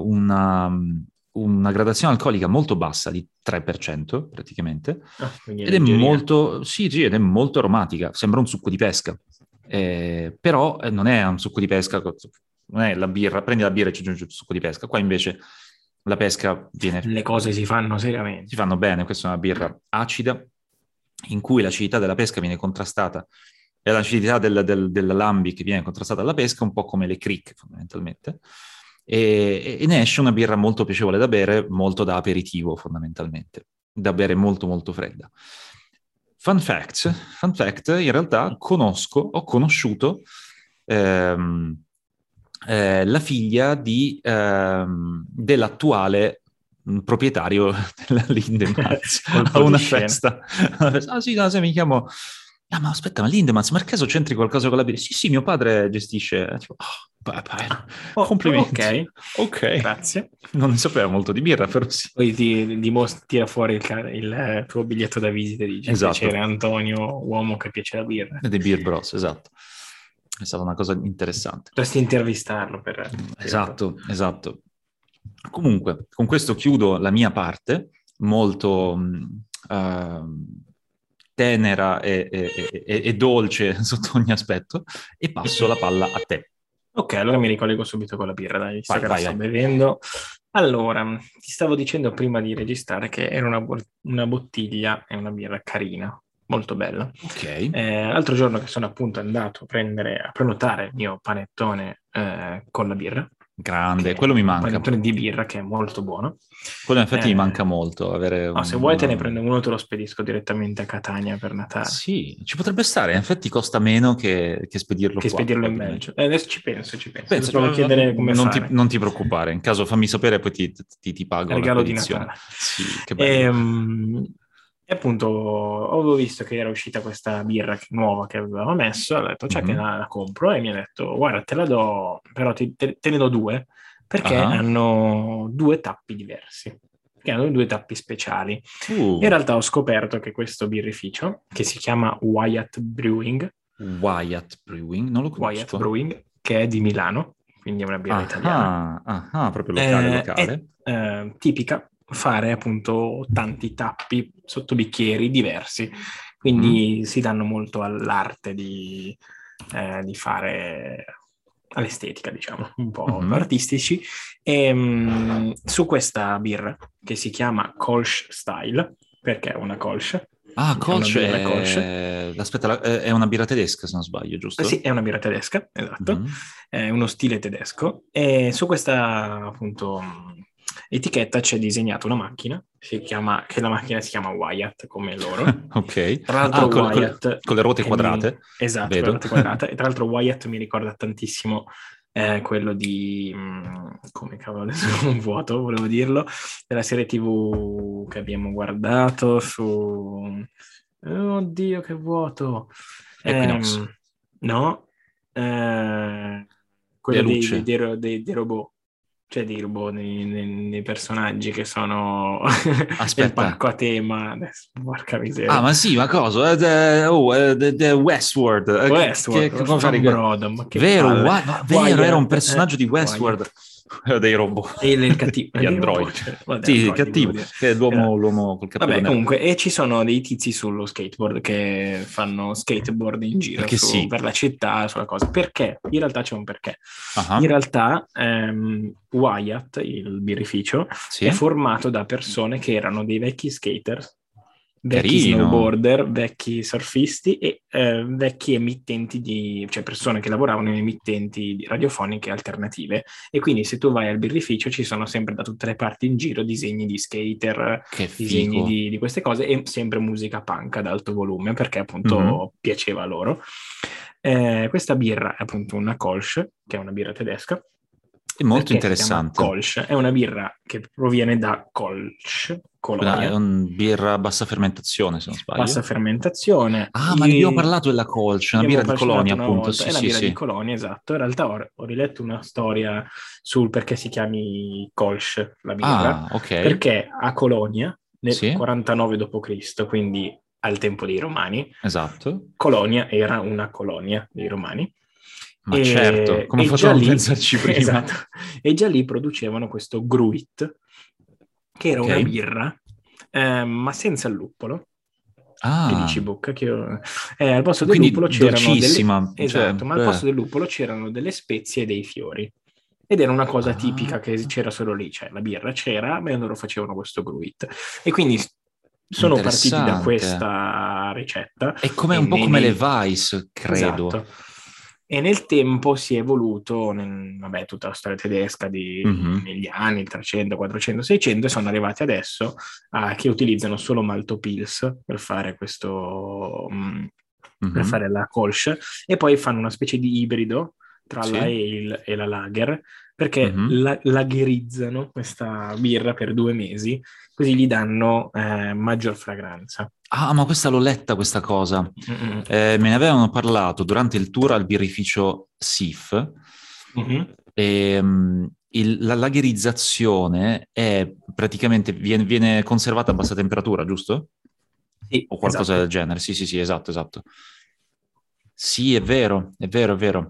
Speaker 1: una gradazione alcolica molto bassa, di 3% praticamente,
Speaker 2: Quindi è
Speaker 1: ed è
Speaker 2: leggerina.
Speaker 1: molto, sì, ed è molto aromatica, sembra un succo di pesca. Però non è un succo di pesca, non è la birra, prendi la birra e ci aggiungi il succo di pesca. Qua invece la pesca
Speaker 2: Le cose si fanno seriamente.
Speaker 1: si fanno bene, questa è una birra acida, in cui l'acidità della pesca viene contrastata e l'acidità dell'alambic viene contrastata dalla pesca, un po' come le crick fondamentalmente, e ne esce una birra molto piacevole da bere, molto da aperitivo fondamentalmente, da bere molto molto fredda. Fun fact, in realtà ho conosciuto ehm, la figlia dell'attuale proprietario della Lindemans a
Speaker 2: Colpo di
Speaker 1: una
Speaker 2: scena.
Speaker 1: festa. Ah sì, no, se mi chiamo... Ah, ma aspetta, ma Lindemans, ma per caso c'entri qualcosa con la birra? Sì, sì, mio padre gestisce... Tipo,
Speaker 2: Oh,
Speaker 1: complimenti.
Speaker 2: ok,
Speaker 1: Ok.
Speaker 2: grazie.
Speaker 1: Non ne sapeva molto di birra, però sì.
Speaker 2: Poi tira fuori il tuo biglietto da visita e dice piacere
Speaker 1: Esatto.
Speaker 2: Antonio, uomo che piace la birra.
Speaker 1: The Beer Bros, esatto. È stata una cosa interessante.
Speaker 2: Potresti intervistarlo per dirlo.
Speaker 1: Esatto, esatto. Comunque, con questo chiudo la mia parte, molto tenera e dolce sotto ogni aspetto, e passo la palla a te.
Speaker 2: Ok, allora mi ricollego subito con la birra, dai, visto
Speaker 1: Vai,
Speaker 2: che la
Speaker 1: vai,
Speaker 2: sto
Speaker 1: vai.
Speaker 2: bevendo. Allora, ti stavo dicendo prima di registrare che era una bottiglia e una birra carina, molto bella.
Speaker 1: Ok,
Speaker 2: L'altro giorno che sono appunto andato a prenotare il mio panettone con la birra,
Speaker 1: grande,
Speaker 2: che
Speaker 1: quello
Speaker 2: è
Speaker 1: mi
Speaker 2: un
Speaker 1: manca.
Speaker 2: panettone di birra che è molto buono.
Speaker 1: Quello in effetti mi manca
Speaker 2: Eh,
Speaker 1: molto, avere
Speaker 2: no, se vuoi te ne prendo uno, te lo spedisco direttamente a Catania per Natale.
Speaker 1: Sì, ci potrebbe stare, in effetti costa meno che spedirlo
Speaker 2: Che
Speaker 1: qua,
Speaker 2: spedirlo in
Speaker 1: probabilmente.
Speaker 2: Belgio. Adesso ci penso.
Speaker 1: Pensa,
Speaker 2: Devo solo chiedere come fare.
Speaker 1: non ti preoccupare, in caso fammi sapere, poi ti pago la
Speaker 2: Regalo di
Speaker 1: spedizione.
Speaker 2: Natale.
Speaker 1: Sì, che bello.
Speaker 2: E appunto avevo visto che era uscita questa birra nuova che avevamo messo, ho detto, cioè che
Speaker 1: Mhm.
Speaker 2: la compro e mi ha detto, guarda, te la do, però te ne do due, perché
Speaker 1: Ah.
Speaker 2: hanno due tappi diversi, che hanno due tappi speciali. In
Speaker 1: Uh,
Speaker 2: realtà ho scoperto che questo birrificio, che si chiama
Speaker 1: Wyatt
Speaker 2: Wyatt
Speaker 1: Brewing,
Speaker 2: Brewing, che è di Milano, quindi è una birra italiana,
Speaker 1: proprio locale,
Speaker 2: è
Speaker 1: locale.
Speaker 2: tipica fare appunto tanti tappi sotto bicchieri diversi. quindi si danno molto all'arte di fare, all'estetica, diciamo, un po' artistici. E, su questa birra, che si chiama Kolsch Style, perché è una Kolsch,
Speaker 1: Ah,
Speaker 2: è una
Speaker 1: Kolsch
Speaker 2: birra Kolsch.
Speaker 1: Aspetta, è una birra tedesca, se non sbaglio,
Speaker 2: Sì,
Speaker 1: giusto?
Speaker 2: è una birra tedesca, esatto, è uno stile tedesco, e su questa, appunto, etichetta c'è disegnata una macchina, che la macchina si chiama Wyatt, come loro.
Speaker 1: Ok.
Speaker 2: Tra l'altro
Speaker 1: Ah,
Speaker 2: Wyatt,
Speaker 1: con le ruote
Speaker 2: che
Speaker 1: quadrate,
Speaker 2: esatto, con le
Speaker 1: vedo.
Speaker 2: ruote quadrate, e tra l'altro Wyatt mi ricorda tantissimo quello di, come cavolo, adesso ho un vuoto, volevo dirlo, della serie TV che abbiamo guardato su... Oddio, che vuoto!
Speaker 1: Equinox,
Speaker 2: No,
Speaker 1: le
Speaker 2: quello
Speaker 1: lucce.
Speaker 2: dei robot, cioè dei robot nei personaggi che sono nel
Speaker 1: Aspetta.
Speaker 2: parco a tema. Adesso, porca
Speaker 1: Ah,
Speaker 2: miseria.
Speaker 1: ma sì, ma cosa? Westworld.
Speaker 2: Westworld,
Speaker 1: Come
Speaker 2: Fan
Speaker 1: fare?
Speaker 2: Brodo, ma che
Speaker 1: Vero,
Speaker 2: palle.
Speaker 1: vero, era un
Speaker 2: Wyatt,
Speaker 1: personaggio di
Speaker 2: Wyatt.
Speaker 1: Westworld. Quello dei robot,
Speaker 2: E il cattivo,
Speaker 1: gli
Speaker 2: dei robot,
Speaker 1: androidi.
Speaker 2: cioè, vabbè,
Speaker 1: Sì, il
Speaker 2: androidi, volevo
Speaker 1: cattivo,
Speaker 2: dire.
Speaker 1: che è
Speaker 2: Esatto.
Speaker 1: l'uomo col cappello
Speaker 2: Vabbè,
Speaker 1: nero.
Speaker 2: comunque, e ci sono dei tizi sullo skateboard che fanno skateboard in giro
Speaker 1: Perché sì.
Speaker 2: per la città, sulla cosa. Perché? In realtà c'è un perché. In
Speaker 1: Ah,
Speaker 2: realtà Wyatt, il birrificio, è
Speaker 1: sì,
Speaker 2: formato da persone che erano dei vecchi skaters, vecchi
Speaker 1: carino.
Speaker 2: snowboarder, vecchi surfisti e vecchi emittenti cioè persone che lavoravano in emittenti radiofoniche alternative. E quindi se tu vai al birrificio ci sono sempre da tutte le parti in giro disegni di skater,
Speaker 1: Che
Speaker 2: disegni
Speaker 1: figo.
Speaker 2: di queste cose e sempre musica punk ad alto volume perché
Speaker 1: Mhm.
Speaker 2: appunto piaceva loro. Questa birra è appunto una Kolsch, che è una birra tedesca.
Speaker 1: È molto
Speaker 2: Perché si chiama
Speaker 1: interessante.
Speaker 2: Kolsch? È una birra che proviene da Kolsch,
Speaker 1: È
Speaker 2: Colonia,
Speaker 1: un birra a bassa fermentazione, se non
Speaker 2: bassa
Speaker 1: sbaglio.
Speaker 2: fermentazione.
Speaker 1: Ah, ma ne abbiamo parlato della Kolsch, una
Speaker 2: Abbiamo
Speaker 1: birra di
Speaker 2: parlato
Speaker 1: Colonia,
Speaker 2: una
Speaker 1: appunto.
Speaker 2: volta,
Speaker 1: Sì,
Speaker 2: è la
Speaker 1: sì,
Speaker 2: birra di
Speaker 1: sì.
Speaker 2: Colonia, esatto. In realtà ho riletto una storia sul perché si chiami Kolsch la birra,
Speaker 1: Ah, ok.
Speaker 2: perché a Colonia, nel
Speaker 1: Sì,
Speaker 2: 49 d.C., quindi al tempo dei Romani,
Speaker 1: esatto.
Speaker 2: Colonia era una colonia dei Romani.
Speaker 1: Ma certo, come
Speaker 2: E già
Speaker 1: potevo non
Speaker 2: lì,
Speaker 1: pensarci prima?
Speaker 2: esatto, e già lì producevano questo Gruit, che era
Speaker 1: Ok.
Speaker 2: una birra, ma senza il luppolo. Che dici,
Speaker 1: Ah,
Speaker 2: bocca, al posto del
Speaker 1: quindi
Speaker 2: luppolo c'erano delle...
Speaker 1: dolcissima. Cioè,
Speaker 2: Esatto, ma al posto del luppolo c'erano delle spezie e dei fiori. Ed era una cosa
Speaker 1: ah,
Speaker 2: tipica che c'era solo lì, cioè la birra c'era, ma loro facevano questo Gruit. E quindi sono partiti da
Speaker 1: interessante.
Speaker 2: questa ricetta
Speaker 1: È come,
Speaker 2: e
Speaker 1: un po' come le Vice, credo.
Speaker 2: esatto. E nel tempo si è evoluto, vabbè, tutta la storia tedesca
Speaker 1: Mhm,
Speaker 2: negli anni, il 300, 400, 600, e sono arrivati adesso che utilizzano solo Maltopils per fare questo, per
Speaker 1: mhm.
Speaker 2: fare la Kolsch, e poi fanno una specie di ibrido tra la
Speaker 1: Sì.
Speaker 2: ale e la lager, perché
Speaker 1: Mhm.
Speaker 2: lagherizzano questa birra per 2 mesi, così gli danno maggior fragranza.
Speaker 1: Ah, ma questa l'ho letta, questa cosa.
Speaker 2: Mm-mm.
Speaker 1: Me ne avevano parlato durante il tour al birrificio SIF.
Speaker 2: Mhm.
Speaker 1: La lagherizzazione è praticamente viene conservata a bassa temperatura, giusto?
Speaker 2: Sì,
Speaker 1: O qualcosa del
Speaker 2: esatto.
Speaker 1: genere. Sì, sì, sì, esatto, esatto. Sì, è vero, è vero, è vero.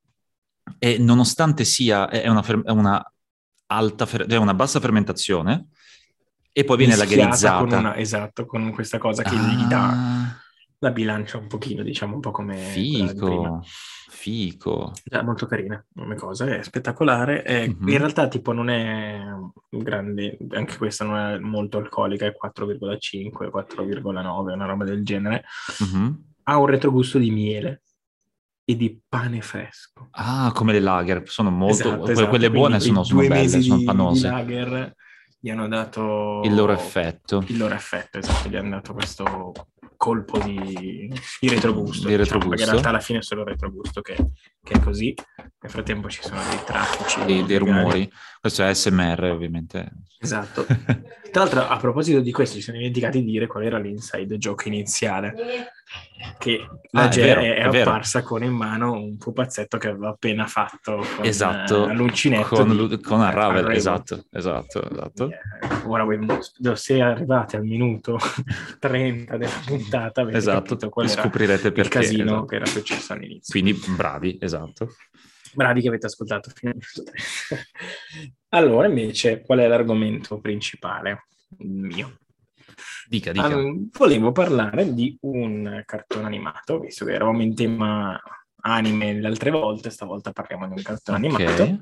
Speaker 1: E nonostante sia è una è una bassa fermentazione e poi viene
Speaker 2: Mischiata con
Speaker 1: lagherizzata.
Speaker 2: esatto, con questa cosa che gli dà
Speaker 1: Ah,
Speaker 2: la bilancia un pochino, diciamo, un po' come quella di prima.
Speaker 1: fico, fico.
Speaker 2: È molto carina come cosa, è spettacolare. In
Speaker 1: Mhm,
Speaker 2: realtà, tipo, non è grande, anche questa non è molto alcolica, è 4,5, 4,9, una roba del genere.
Speaker 1: mhm.
Speaker 2: Ha un retrogusto di miele e di pane fresco.
Speaker 1: Ah, come le lager, sono molto...
Speaker 2: Esatto, esatto.
Speaker 1: Quelle
Speaker 2: Quindi
Speaker 1: buone
Speaker 2: quei
Speaker 1: sono
Speaker 2: due
Speaker 1: belle,
Speaker 2: mesi
Speaker 1: sono
Speaker 2: di
Speaker 1: pannose.
Speaker 2: lager gli hanno
Speaker 1: Il loro
Speaker 2: dato
Speaker 1: effetto
Speaker 2: il loro effetto, esatto, gli hanno dato questo colpo di retrogusto,
Speaker 1: di
Speaker 2: diciamo, perché in realtà
Speaker 1: retrogusto,
Speaker 2: alla fine è solo il retrogusto che è così. Nel frattempo ci sono dei traffici
Speaker 1: dei
Speaker 2: legali.
Speaker 1: rumori. Questo è ASMR, ovviamente.
Speaker 2: Esatto. Tra l'altro, a proposito di questo, ci siamo dimenticati di dire qual era l'inside joke iniziale, che la
Speaker 1: Ah, è
Speaker 2: Ge
Speaker 1: vero,
Speaker 2: è
Speaker 1: è vero.
Speaker 2: apparsa con in mano un pupazzetto che aveva appena fatto con
Speaker 1: Esatto,
Speaker 2: l'uncinetto di
Speaker 1: con Unravel,
Speaker 2: Unravel.
Speaker 1: esatto, esatto, esatto.
Speaker 2: Ora se arrivate al minuto 30 della puntata avete
Speaker 1: Esatto,
Speaker 2: capito qual era
Speaker 1: scoprirete
Speaker 2: il
Speaker 1: perché,
Speaker 2: casino
Speaker 1: esatto.
Speaker 2: che era successo all'inizio.
Speaker 1: Quindi bravi, esatto.
Speaker 2: Bravi che avete ascoltato fino al minuto 3. Allora, invece, qual è l'argomento principale mio?
Speaker 1: Dica, dica.
Speaker 2: Volevo parlare di un cartone animato, visto che eravamo in tema anime le altre volte, stavolta parliamo di un cartone animato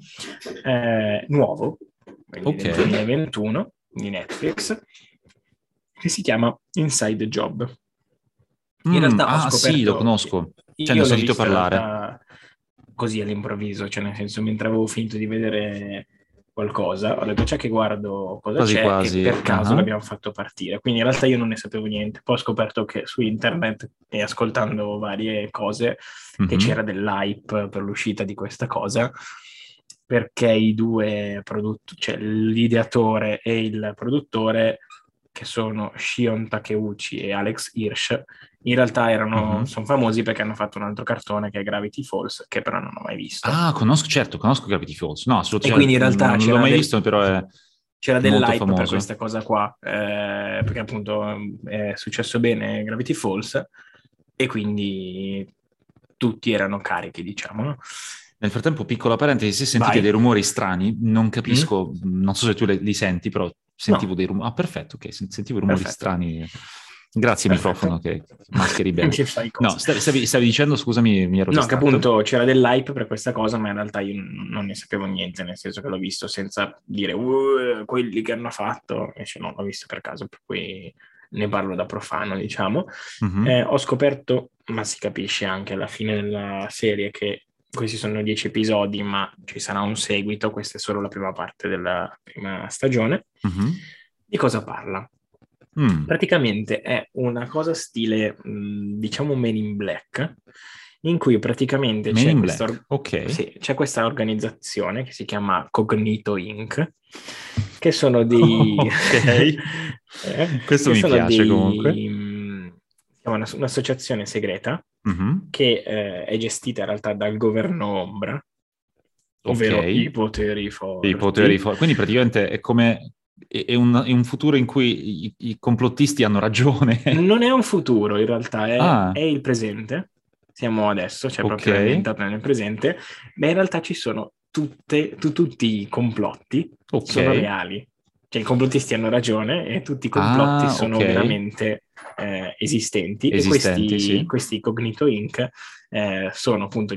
Speaker 2: nuovo, quindi del 2021, di Netflix, che si chiama Inside the Job. In realtà ho scoperto...
Speaker 1: sì, lo conosco. Cioè, ne
Speaker 2: Io
Speaker 1: ho
Speaker 2: l'ho
Speaker 1: sentito
Speaker 2: visto in
Speaker 1: parlare.
Speaker 2: realtà così all'improvviso, cioè nel senso, mentre avevo finito di vedere qualcosa, ho detto c'è che guardo cosa
Speaker 1: Quasi
Speaker 2: c'è
Speaker 1: quasi.
Speaker 2: e per caso l'abbiamo fatto partire. Quindi in realtà io non ne sapevo niente. Poi ho scoperto che su internet e ascoltando varie cose che c'era dell'hype per l'uscita di questa cosa, perché i due produttori, cioè l'ideatore e il produttore, che sono Shion Takeuchi e Alex Hirsch, in realtà sono famosi perché hanno fatto un altro cartone che è Gravity Falls, che però non ho mai visto.
Speaker 1: Ah, conosco Gravity Falls. No,
Speaker 2: E
Speaker 1: assolutamente.
Speaker 2: quindi in realtà
Speaker 1: Non l'ho mai visto, però
Speaker 2: c'era
Speaker 1: è molto
Speaker 2: dell'hype per
Speaker 1: famoso.
Speaker 2: questa cosa qua, perché appunto è successo bene Gravity Falls e quindi tutti erano carichi, diciamo, no?
Speaker 1: Nel frattempo, piccola parentesi, se sentite
Speaker 2: Vai.
Speaker 1: dei rumori strani, non
Speaker 2: Mm?
Speaker 1: capisco, non so se tu li senti, però sentivo
Speaker 2: No,
Speaker 1: dei rumori. Ah, perfetto, ok, sentivo rumori
Speaker 2: perfetto.
Speaker 1: strani. Grazie
Speaker 2: Perfetto.
Speaker 1: microfono che mascheri bene.
Speaker 2: Che fai
Speaker 1: No,
Speaker 2: cosa?
Speaker 1: stavi dicendo, scusami, mi ero
Speaker 2: No, che
Speaker 1: distratto.
Speaker 2: appunto c'era dell'hype per questa cosa, ma in realtà io non ne sapevo niente, nel senso che l'ho visto senza dire quelli che hanno fatto, invece non l'ho visto per caso, per cui ne parlo da profano, diciamo.
Speaker 1: Mhm.
Speaker 2: Ho scoperto, ma si capisce anche alla fine della serie, che questi sono 10 episodi, ma ci sarà un seguito, questa è solo la prima parte della prima stagione.
Speaker 1: Mhm.
Speaker 2: Di cosa parla?
Speaker 1: Mm.
Speaker 2: Praticamente è una cosa stile, diciamo, Men in Black, in cui praticamente
Speaker 1: Men
Speaker 2: c'è
Speaker 1: in
Speaker 2: questa,
Speaker 1: Black, ok.
Speaker 2: sì, c'è questa organizzazione che si chiama Cognito Inc., che sono dei...
Speaker 1: Ok, questo
Speaker 2: che
Speaker 1: mi
Speaker 2: sono
Speaker 1: piace comunque.
Speaker 2: dei... si chiama un'associazione segreta
Speaker 1: Mhm.
Speaker 2: che è gestita in realtà dal governo ombra,
Speaker 1: Ok,
Speaker 2: ovvero i poteri
Speaker 1: i poteri
Speaker 2: forti.
Speaker 1: quindi praticamente è come è un futuro in cui i complottisti hanno ragione.
Speaker 2: Non è un futuro, in realtà, è
Speaker 1: Ah,
Speaker 2: il presente. Siamo adesso, cioè
Speaker 1: ok,
Speaker 2: proprio è ambientato nel presente, ma in realtà ci sono tutti i complotti
Speaker 1: ok.
Speaker 2: sono reali. Cioè i complottisti hanno ragione e tutti i complotti
Speaker 1: Ah, ok.
Speaker 2: sono veramente esistenti e
Speaker 1: Esistenti, sì.
Speaker 2: questi Cognito Inc. Sono appunto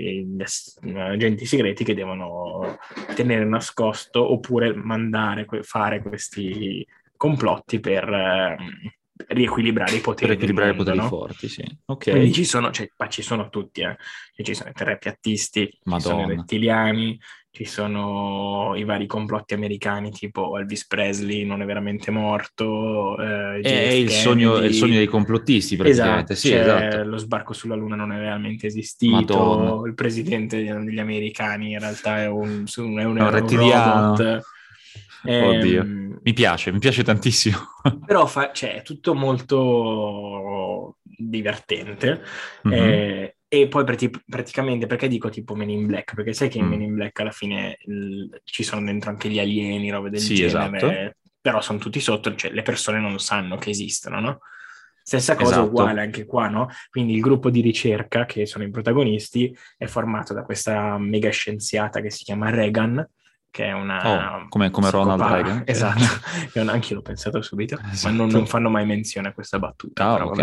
Speaker 2: agenti segreti che devono tenere nascosto oppure mandare, fare questi complotti per riequilibrare i
Speaker 1: Per
Speaker 2: poteri del
Speaker 1: equilibrare i
Speaker 2: mondo,
Speaker 1: poteri
Speaker 2: no?
Speaker 1: forti, sì.
Speaker 2: Quindi
Speaker 1: Ok.
Speaker 2: ci sono tutti, cioè, ci sono i terrapiattisti, ci sono i
Speaker 1: Madonna.
Speaker 2: rettiliani, ci sono i vari complotti americani, tipo Elvis Presley non è veramente morto,
Speaker 1: È
Speaker 2: JF
Speaker 1: è il sogno
Speaker 2: Kennedy.
Speaker 1: dei complottisti, praticamente.
Speaker 2: Esatto,
Speaker 1: Sì, esatto.
Speaker 2: c'è lo sbarco sulla Luna non è realmente
Speaker 1: Madonna.
Speaker 2: esistito, il presidente degli americani in realtà
Speaker 1: È un
Speaker 2: un
Speaker 1: rettiliano.
Speaker 2: robot.
Speaker 1: Oddio.
Speaker 2: Ehm,
Speaker 1: Mi piace tantissimo.
Speaker 2: Però cioè, è tutto molto divertente.
Speaker 1: Mhm.
Speaker 2: E poi praticamente, perché dico tipo Men in Black? Perché sai che in Men
Speaker 1: Mm.
Speaker 2: in Black alla fine ci sono dentro anche gli alieni, robe del
Speaker 1: Sì, esatto.
Speaker 2: genere, però sono tutti sotto, cioè le persone non sanno che esistono, no? Stessa cosa uguale
Speaker 1: Esatto.
Speaker 2: anche qua, no? Quindi il gruppo di ricerca, che sono i protagonisti, è formato da questa mega scienziata che si chiama Reagan, che è
Speaker 1: Oh,
Speaker 2: una
Speaker 1: come Ronald
Speaker 2: psicopata,
Speaker 1: Reagan. Cioè.
Speaker 2: esatto, anche io l'ho pensato subito, ma non
Speaker 1: Esatto.
Speaker 2: fanno mai menzione a questa battuta,
Speaker 1: Ah,
Speaker 2: però
Speaker 1: ok.
Speaker 2: vabbè.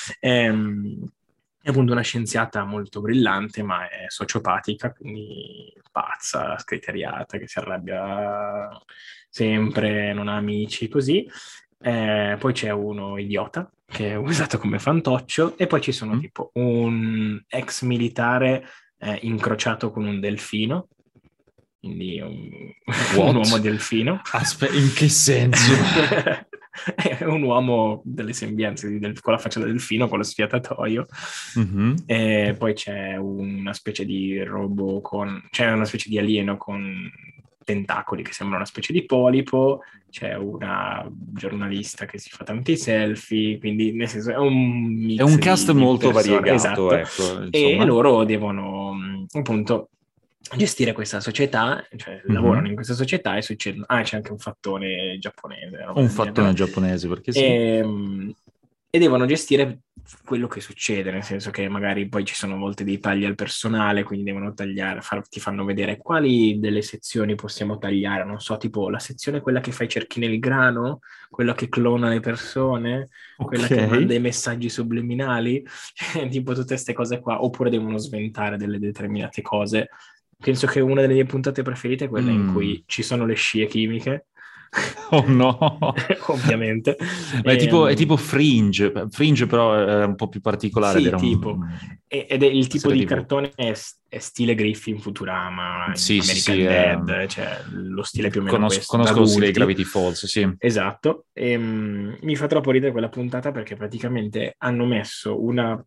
Speaker 2: È appunto una scienziata molto brillante, ma è sociopatica, quindi pazza, scriteriata, che si arrabbia sempre, non ha amici, così. Poi c'è uno idiota, che è usato come fantoccio, e poi ci sono
Speaker 1: Mm.
Speaker 2: tipo un ex militare incrociato con un delfino, quindi un uomo
Speaker 1: What?
Speaker 2: delfino.
Speaker 1: In che senso?
Speaker 2: È un uomo delle sembianze con la faccia da delfino, con lo sfiatatoio.
Speaker 1: Mhm.
Speaker 2: E poi c'è una specie di robot c'è una specie di alieno con tentacoli che sembra una specie di polipo, c'è una giornalista che si fa tanti selfie, quindi nel senso è un
Speaker 1: È
Speaker 2: mix
Speaker 1: un cast
Speaker 2: di
Speaker 1: molto
Speaker 2: persone,
Speaker 1: variegato,
Speaker 2: esatto,
Speaker 1: ecco,
Speaker 2: e
Speaker 1: insomma.
Speaker 2: loro devono appunto gestire questa società, cioè lavorano
Speaker 1: Mhm.
Speaker 2: in questa società e succedono... Ah, c'è anche un fattore giapponese, roba
Speaker 1: Un
Speaker 2: del
Speaker 1: fattone
Speaker 2: genere.
Speaker 1: giapponese, perché sì.
Speaker 2: E, e devono gestire quello che succede, nel senso che magari poi ci sono volte dei tagli al personale, quindi devono tagliare, ti fanno vedere quali delle sezioni possiamo tagliare, non so, tipo la sezione quella che fa i cerchi nel grano, quella che clona le persone, quella che manda
Speaker 1: Ok.
Speaker 2: i messaggi subliminali, tipo tutte queste cose qua, oppure devono sventare delle determinate cose. Penso che una delle mie puntate preferite è quella in
Speaker 1: Mm.
Speaker 2: cui ci sono le scie chimiche,
Speaker 1: Oh no!
Speaker 2: ovviamente.
Speaker 1: Ma è tipo Fringe. Fringe però è un po' più particolare ed
Speaker 2: Sì,
Speaker 1: era
Speaker 2: tipo.
Speaker 1: una
Speaker 2: Ed è il tipo
Speaker 1: serie
Speaker 2: di
Speaker 1: TV.
Speaker 2: cartone è stile Griffin
Speaker 1: Sì,
Speaker 2: Futurama,
Speaker 1: sì, sì.
Speaker 2: American Dad, cioè lo stile più o meno questo, da
Speaker 1: Conosco lo stile di
Speaker 2: adulti.
Speaker 1: Gravity Falls, sì.
Speaker 2: Esatto. Mi fa troppo ridere quella puntata perché praticamente hanno messo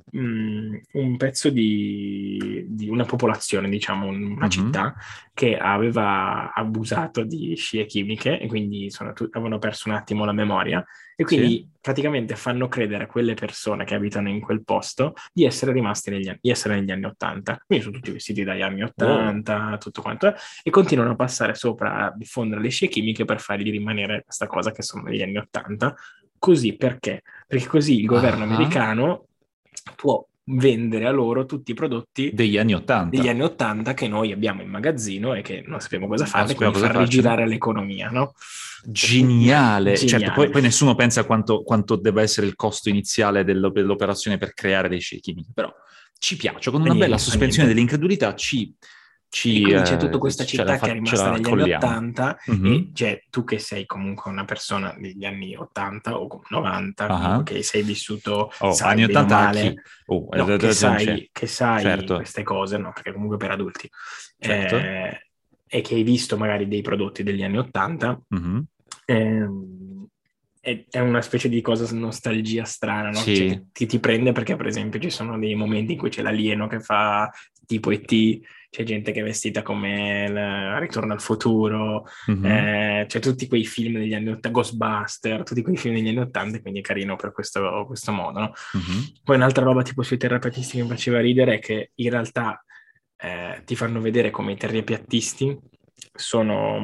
Speaker 2: un pezzo di una popolazione, diciamo, una
Speaker 1: Mhm.
Speaker 2: città che aveva abusato di scie chimiche e quindi avevano perso un attimo la memoria e
Speaker 1: Sì.
Speaker 2: quindi praticamente fanno credere a quelle persone che abitano in quel posto di essere rimasti di essere negli anni Ottanta. Quindi sono tutti vestiti dagli anni
Speaker 1: Wow.
Speaker 2: Ottanta, tutto quanto e continuano a passare sopra a diffondere le scie chimiche per fargli rimanere questa cosa che sono negli anni Ottanta. Così perché? Perché così il governo
Speaker 1: Ah,
Speaker 2: americano può vendere a loro tutti i prodotti
Speaker 1: degli anni
Speaker 2: degli
Speaker 1: 80.
Speaker 2: anni 80 che noi abbiamo in magazzino e che non sappiamo cosa
Speaker 1: Non
Speaker 2: farne,
Speaker 1: sappiamo
Speaker 2: quindi
Speaker 1: cosa
Speaker 2: far
Speaker 1: farcene.
Speaker 2: rigirare l'economia, no?
Speaker 1: Geniale. Certo,
Speaker 2: Geniale.
Speaker 1: poi nessuno pensa a quanto deve essere il costo iniziale dell'operazione per creare dei sci chimici, però ci piace, con
Speaker 2: Fa
Speaker 1: una bella
Speaker 2: niente, fa
Speaker 1: sospensione
Speaker 2: niente.
Speaker 1: dell'incredulità
Speaker 2: E quindi c'è tutta questa città che è
Speaker 1: ce
Speaker 2: rimasta
Speaker 1: la
Speaker 2: negli anni
Speaker 1: colliamo.
Speaker 2: 80 e
Speaker 1: Mhm.
Speaker 2: cioè, tu che sei comunque una persona degli anni 80 o 90, comunque
Speaker 1: Ah.
Speaker 2: che sei vissuto,
Speaker 1: Oh,
Speaker 2: sai
Speaker 1: anni
Speaker 2: bene o
Speaker 1: 80 a
Speaker 2: male,
Speaker 1: chi? Oh,
Speaker 2: no,
Speaker 1: c'è.
Speaker 2: che sai
Speaker 1: Certo,
Speaker 2: queste cose, no, perché comunque per adulti,
Speaker 1: certo.
Speaker 2: e che hai visto magari dei prodotti degli anni 80,
Speaker 1: Mhm.
Speaker 2: ehm, è una specie di cosa nostalgia strana, no? Cioè
Speaker 1: Sì.
Speaker 2: che ti prende perché per esempio ci sono dei momenti in cui c'è l'alieno che fa tipo E.T., c'è gente che è vestita come Ritorno al futuro,
Speaker 1: Mhm.
Speaker 2: c'è tutti quei film degli anni 80, Ghostbuster, tutti quei film degli anni 80, quindi è carino per questo modo, no?
Speaker 1: Mhm.
Speaker 2: Poi un'altra roba tipo sui terrapiattisti che mi faceva ridere è che in realtà ti fanno vedere come i terrapiattisti sono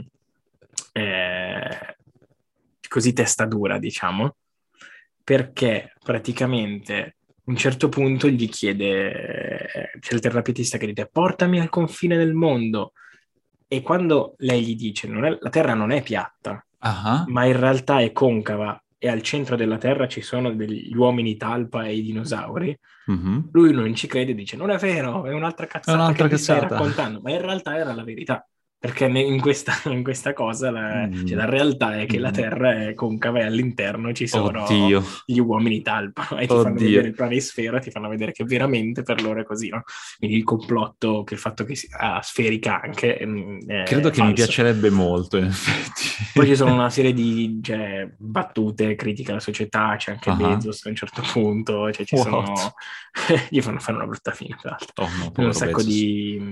Speaker 2: eh, così testa dura, diciamo, perché praticamente a un certo punto gli chiede, c'è il terapetista che dice portami al confine del mondo e quando lei gli dice la Terra non è piatta,
Speaker 1: Ah.
Speaker 2: ma in realtà è concava e al centro della Terra ci sono degli uomini talpa e i dinosauri,
Speaker 1: Mhm.
Speaker 2: lui non ci crede e dice non è vero, è un'altra
Speaker 1: È
Speaker 2: cazzata che
Speaker 1: un'altra
Speaker 2: mi stai
Speaker 1: cazzata.
Speaker 2: raccontando, ma in realtà era la verità. Perché in questa cosa cioè,
Speaker 1: Mm.
Speaker 2: la realtà è che la
Speaker 1: Mm.
Speaker 2: Terra è concava e all'interno ci sono
Speaker 1: Oddio,
Speaker 2: gli uomini talpa e ti fanno
Speaker 1: oddio.
Speaker 2: vedere il planisfera, ti fanno vedere che veramente per loro è così, no? Quindi il complotto, che il fatto che sia sferica anche
Speaker 1: Credo
Speaker 2: è
Speaker 1: che mi
Speaker 2: falso.
Speaker 1: piacerebbe molto, in
Speaker 2: Poi ci sono
Speaker 1: effetti.
Speaker 2: una serie di cioè, battute, critiche alla società, c'è anche
Speaker 1: Ah.
Speaker 2: Bezos a un certo punto, cioè ci
Speaker 1: What?
Speaker 2: sono... gli fanno fare una brutta fine, tra l'altro.
Speaker 1: Oh no,
Speaker 2: Un
Speaker 1: povero
Speaker 2: sacco
Speaker 1: Bezos.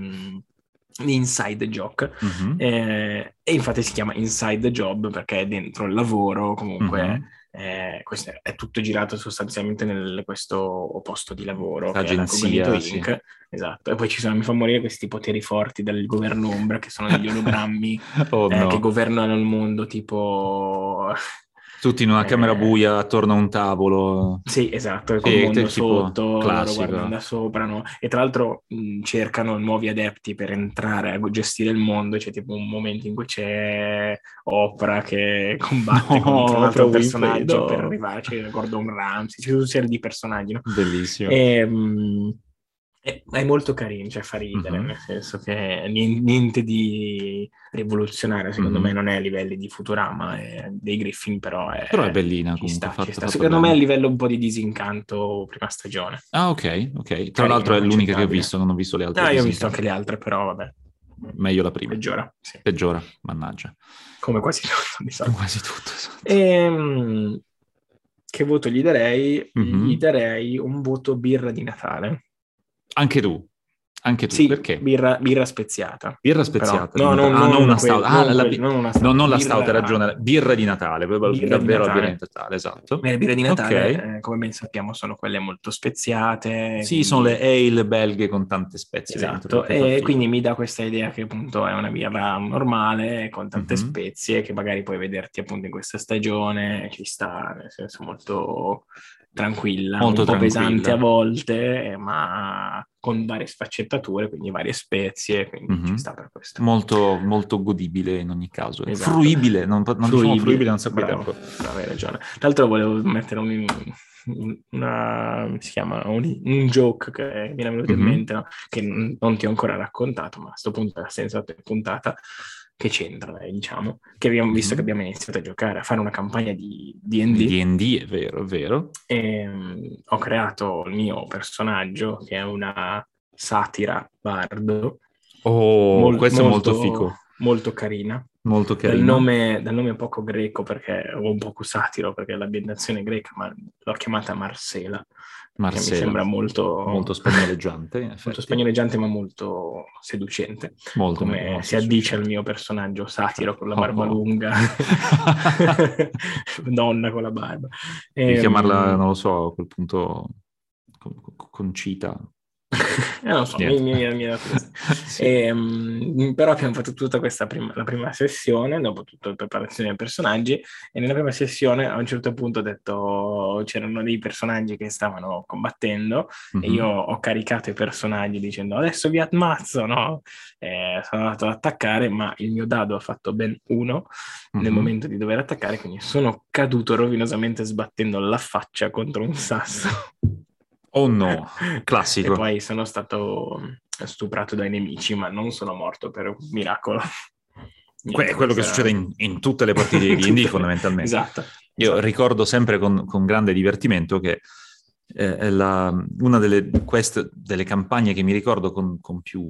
Speaker 2: di inside joke.
Speaker 1: Mhm.
Speaker 2: E infatti si chiama Inside Job perché è dentro il lavoro, comunque
Speaker 1: Mhm.
Speaker 2: questo è tutto girato sostanzialmente in questo posto di lavoro che è la Cognito
Speaker 1: L'agenzia, sì.
Speaker 2: Inc. Esatto, e poi mi fa morire questi poteri forti del governo ombra che sono degli ologrammi
Speaker 1: Oh
Speaker 2: che
Speaker 1: no.
Speaker 2: governano il mondo, tipo...
Speaker 1: Tutti in una camera
Speaker 2: eh,
Speaker 1: buia attorno a un tavolo.
Speaker 2: sì, esatto, e col
Speaker 1: Sì,
Speaker 2: mondo
Speaker 1: tipo
Speaker 2: sotto, loro guardano
Speaker 1: classico.
Speaker 2: da sopra, no? E tra l'altro cercano nuovi adepti per entrare a gestire il mondo, c'è tipo un momento in cui c'è Oprah che combatte contro un
Speaker 1: No, Oprah
Speaker 2: altro
Speaker 1: Winfrey,
Speaker 2: personaggio per
Speaker 1: no.
Speaker 2: arrivare, c'è Gordon Ramsay, c'è tutta una serie di personaggi, no?
Speaker 1: Bellissimo.
Speaker 2: E, è molto carino, cioè fa ridere,
Speaker 1: Mhm.
Speaker 2: nel senso che niente di rivoluzionario, secondo me
Speaker 1: Mhm.
Speaker 2: non è a livelli di Futurama e dei Griffin, però
Speaker 1: Però è bellina
Speaker 2: ci
Speaker 1: comunque,
Speaker 2: sta, ci sta.
Speaker 1: fatta
Speaker 2: Secondo me è a
Speaker 1: bene.
Speaker 2: livello un po' di disincanto prima stagione.
Speaker 1: Ah, ok, ok. Tra l'altro
Speaker 2: Carino,
Speaker 1: è l'unica che ho
Speaker 2: accettabile.
Speaker 1: visto, non ho visto le altre
Speaker 2: No, io ho visto anche
Speaker 1: disincanto.
Speaker 2: le altre, però vabbè,
Speaker 1: Meglio la prima.
Speaker 2: peggiora, sì.
Speaker 1: Peggiora, mannaggia.
Speaker 2: Come quasi tutto di solito.
Speaker 1: Quasi tutto, esatto.
Speaker 2: Ehm, che voto gli darei? Gli
Speaker 1: Mhm.
Speaker 2: darei un voto birra di Natale.
Speaker 1: Anche tu. Anche tu,
Speaker 2: Sì,
Speaker 1: perché?
Speaker 2: birra speziata.
Speaker 1: Birra
Speaker 2: Però,
Speaker 1: speziata
Speaker 2: no,
Speaker 1: di Natale. Ah, non una stout.
Speaker 2: non una stout,
Speaker 1: Non la stout, hai ragione. Birra di Natale,
Speaker 2: birra di
Speaker 1: davvero la birra di
Speaker 2: Natale.
Speaker 1: Natale, esatto.
Speaker 2: Le birre di
Speaker 1: Ok.
Speaker 2: Natale, come ben sappiamo, sono quelle molto speziate,
Speaker 1: Sì, sono le
Speaker 2: quindi
Speaker 1: ale belghe con tante spezie dentro,
Speaker 2: esatto,
Speaker 1: che fa
Speaker 2: e quindi
Speaker 1: figo.
Speaker 2: mi dà questa idea che appunto è una birra normale con tante
Speaker 1: Mhm.
Speaker 2: spezie che magari puoi vederti appunto in questa stagione, ci sta, nel senso molto tranquilla, un
Speaker 1: Molto
Speaker 2: po' pesante a
Speaker 1: tranquilla.
Speaker 2: volte, ma con varie sfaccettature, quindi varie spezie, quindi ci
Speaker 1: Mhm.
Speaker 2: sta per questo.
Speaker 1: Molto, molto godibile in ogni caso.
Speaker 2: Esatto,
Speaker 1: Fruibile, non diciamo fruibile
Speaker 2: fruibile,
Speaker 1: da un sacco di
Speaker 2: bravo,
Speaker 1: tempo.
Speaker 2: bravo, hai ragione. Tra l'altro volevo mettere si chiama un joke che mi è venuto in
Speaker 1: Mhm.
Speaker 2: mente, no? Che non ti ho ancora raccontato, ma a questo punto è la sensata puntata che c'entra, diciamo, che abbiamo visto che
Speaker 1: Mhm.
Speaker 2: abbiamo iniziato a giocare, a fare una campagna di
Speaker 1: Di
Speaker 2: D&D
Speaker 1: D&D, è vero, è vero.
Speaker 2: e ho creato il mio personaggio che è una satira bardo
Speaker 1: Oh, questo è molto
Speaker 2: molto,
Speaker 1: fico,
Speaker 2: molto carina.
Speaker 1: molto carino.
Speaker 2: Dal nome poco greco perché, o un poco satiro perché l'ambientazione è greca, ma l'ho chiamata Marsela, che mi
Speaker 1: Marcela,
Speaker 2: sembra
Speaker 1: molto
Speaker 2: molto,
Speaker 1: spagnoleggiante, in
Speaker 2: molto
Speaker 1: effetti.
Speaker 2: spagnoleggiante ma molto seducente, come si
Speaker 1: Molto
Speaker 2: addice al
Speaker 1: seducente.
Speaker 2: mio personaggio satiro con la
Speaker 1: Oh,
Speaker 2: barba
Speaker 1: oh.
Speaker 2: lunga, donna con la barba.
Speaker 1: Devi chiamarla,
Speaker 2: Ehm,
Speaker 1: non lo so, a quel punto, Concita.
Speaker 2: non lo so,
Speaker 1: Niente.
Speaker 2: mi ha dato così.
Speaker 1: Sì.
Speaker 2: Però abbiamo fatto tutta la prima sessione, dopo tutta la preparazione dei personaggi, e nella prima sessione a un certo punto ho detto, c'erano dei personaggi che stavano combattendo, e io
Speaker 1: Mhm.
Speaker 2: ho caricato i personaggi dicendo adesso vi ammazzo, no? Sono andato ad attaccare, ma il mio dado ha fatto ben 1 nel
Speaker 1: Mhm.
Speaker 2: momento di dover attaccare, quindi sono caduto rovinosamente sbattendo la faccia contro un sasso.
Speaker 1: Oh no,
Speaker 2: E
Speaker 1: classico.
Speaker 2: poi sono stato stuprato dai nemici, ma non sono morto per un miracolo.
Speaker 1: È
Speaker 2: Niente,
Speaker 1: quello che succede
Speaker 2: questa...
Speaker 1: in tutte le partite di D&D fondamentalmente.
Speaker 2: Esatto,
Speaker 1: Io
Speaker 2: esatto.
Speaker 1: ricordo sempre con grande divertimento che è una delle quest, delle campagne che mi ricordo con più,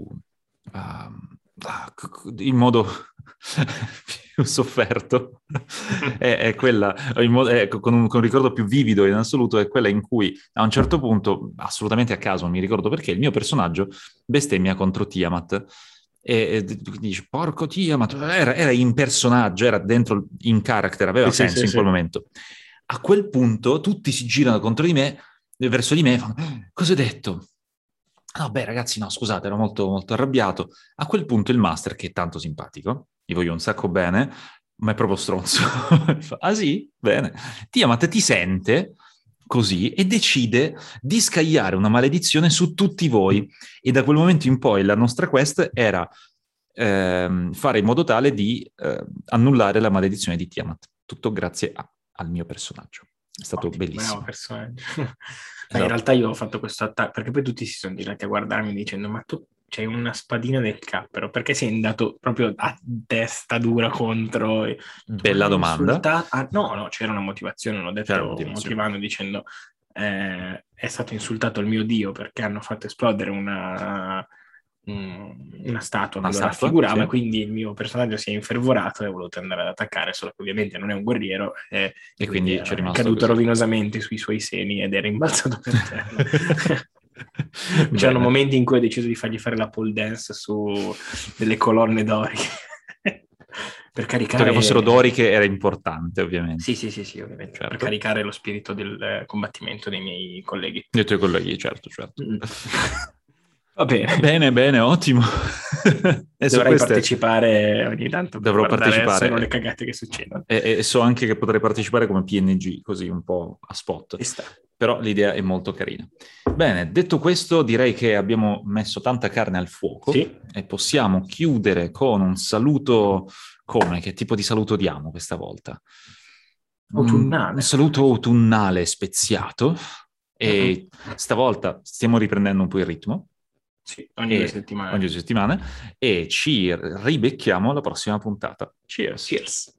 Speaker 1: in modo più sofferto, è quella, con un ricordo più vivido in assoluto, è quella in cui a un certo punto, assolutamente a caso, non mi ricordo perché, il mio personaggio bestemmia contro Tiamat. E dici, porco Tiamat, era in personaggio, era dentro in character, aveva
Speaker 2: Sì, sì,
Speaker 1: senso
Speaker 2: sì,
Speaker 1: in quel
Speaker 2: sì.
Speaker 1: momento. A quel punto tutti si girano contro di me, verso di me, e fanno, cosa hai detto? No, beh, ragazzi, no, scusate, ero molto, molto arrabbiato. A quel punto il master, che è tanto simpatico, gli voglio un sacco bene, ma è proprio stronzo. Fa, ah sì? Bene. Tiamat ti sente così e decide di scagliare una maledizione su tutti voi. E da quel momento in poi la nostra quest era fare in modo tale di annullare la maledizione di Tiamat. Tutto grazie al mio personaggio. È stato
Speaker 2: Ottimo, bravo
Speaker 1: bellissimo.
Speaker 2: personaggio. Ma in
Speaker 1: Esatto.
Speaker 2: realtà io ho fatto questo attacco, perché poi tutti si sono girati a guardarmi dicendo, ma tu c'hai una spadina del cappero, perché sei andato proprio a testa dura contro... Tu
Speaker 1: Bella
Speaker 2: hai
Speaker 1: domanda.
Speaker 2: insultato... Ah, no, no, c'era una motivazione, l'ho
Speaker 1: C'era
Speaker 2: detto
Speaker 1: motivazione.
Speaker 2: motivando dicendo è stato insultato il mio dio perché hanno fatto esplodere una statua
Speaker 1: Una
Speaker 2: che lo
Speaker 1: statua,
Speaker 2: raffigurava e
Speaker 1: sì.
Speaker 2: quindi il mio personaggio si è infervorato e ha voluto andare ad attaccare, solo che ovviamente non è un guerriero
Speaker 1: E
Speaker 2: e quindi
Speaker 1: quindi c'è
Speaker 2: è
Speaker 1: rimasto
Speaker 2: caduto
Speaker 1: così.
Speaker 2: rovinosamente sui suoi seni ed è rimbalzato per terra. C'erano
Speaker 1: Bene.
Speaker 2: momenti in cui ho deciso di fargli fare la pole dance su delle colonne doriche per
Speaker 1: Il fatto che fossero
Speaker 2: caricare...
Speaker 1: doriche era importante, ovviamente.
Speaker 2: Sì, sì, sì, sì, ovviamente, per
Speaker 1: Certo.
Speaker 2: caricare lo spirito del combattimento dei miei colleghi.
Speaker 1: I tuoi colleghi, certo, certo.
Speaker 2: Mm. Va
Speaker 1: Va
Speaker 2: bene,
Speaker 1: bene, bene, ottimo. E su
Speaker 2: dovrai
Speaker 1: queste
Speaker 2: partecipare ogni tanto per
Speaker 1: dovrò
Speaker 2: guardare solo le
Speaker 1: partecipare
Speaker 2: cagate che succedono.
Speaker 1: e so anche che potrei partecipare come PNG, così un po' a spot.
Speaker 2: Ci sta.
Speaker 1: Però l'idea è molto carina. Bene, detto questo, direi che abbiamo messo tanta carne al fuoco
Speaker 2: Sì,
Speaker 1: e possiamo chiudere con un saluto. Come? Che tipo di saluto diamo questa volta? Un
Speaker 2: autunnale.
Speaker 1: saluto autunnale speziato
Speaker 2: Mm-mm.
Speaker 1: e stavolta stiamo riprendendo un po' il ritmo
Speaker 2: Sì, ogni 2 settimane.
Speaker 1: ogni settimana e ci ribecchiamo alla prossima puntata. Cheers!
Speaker 2: Cheers.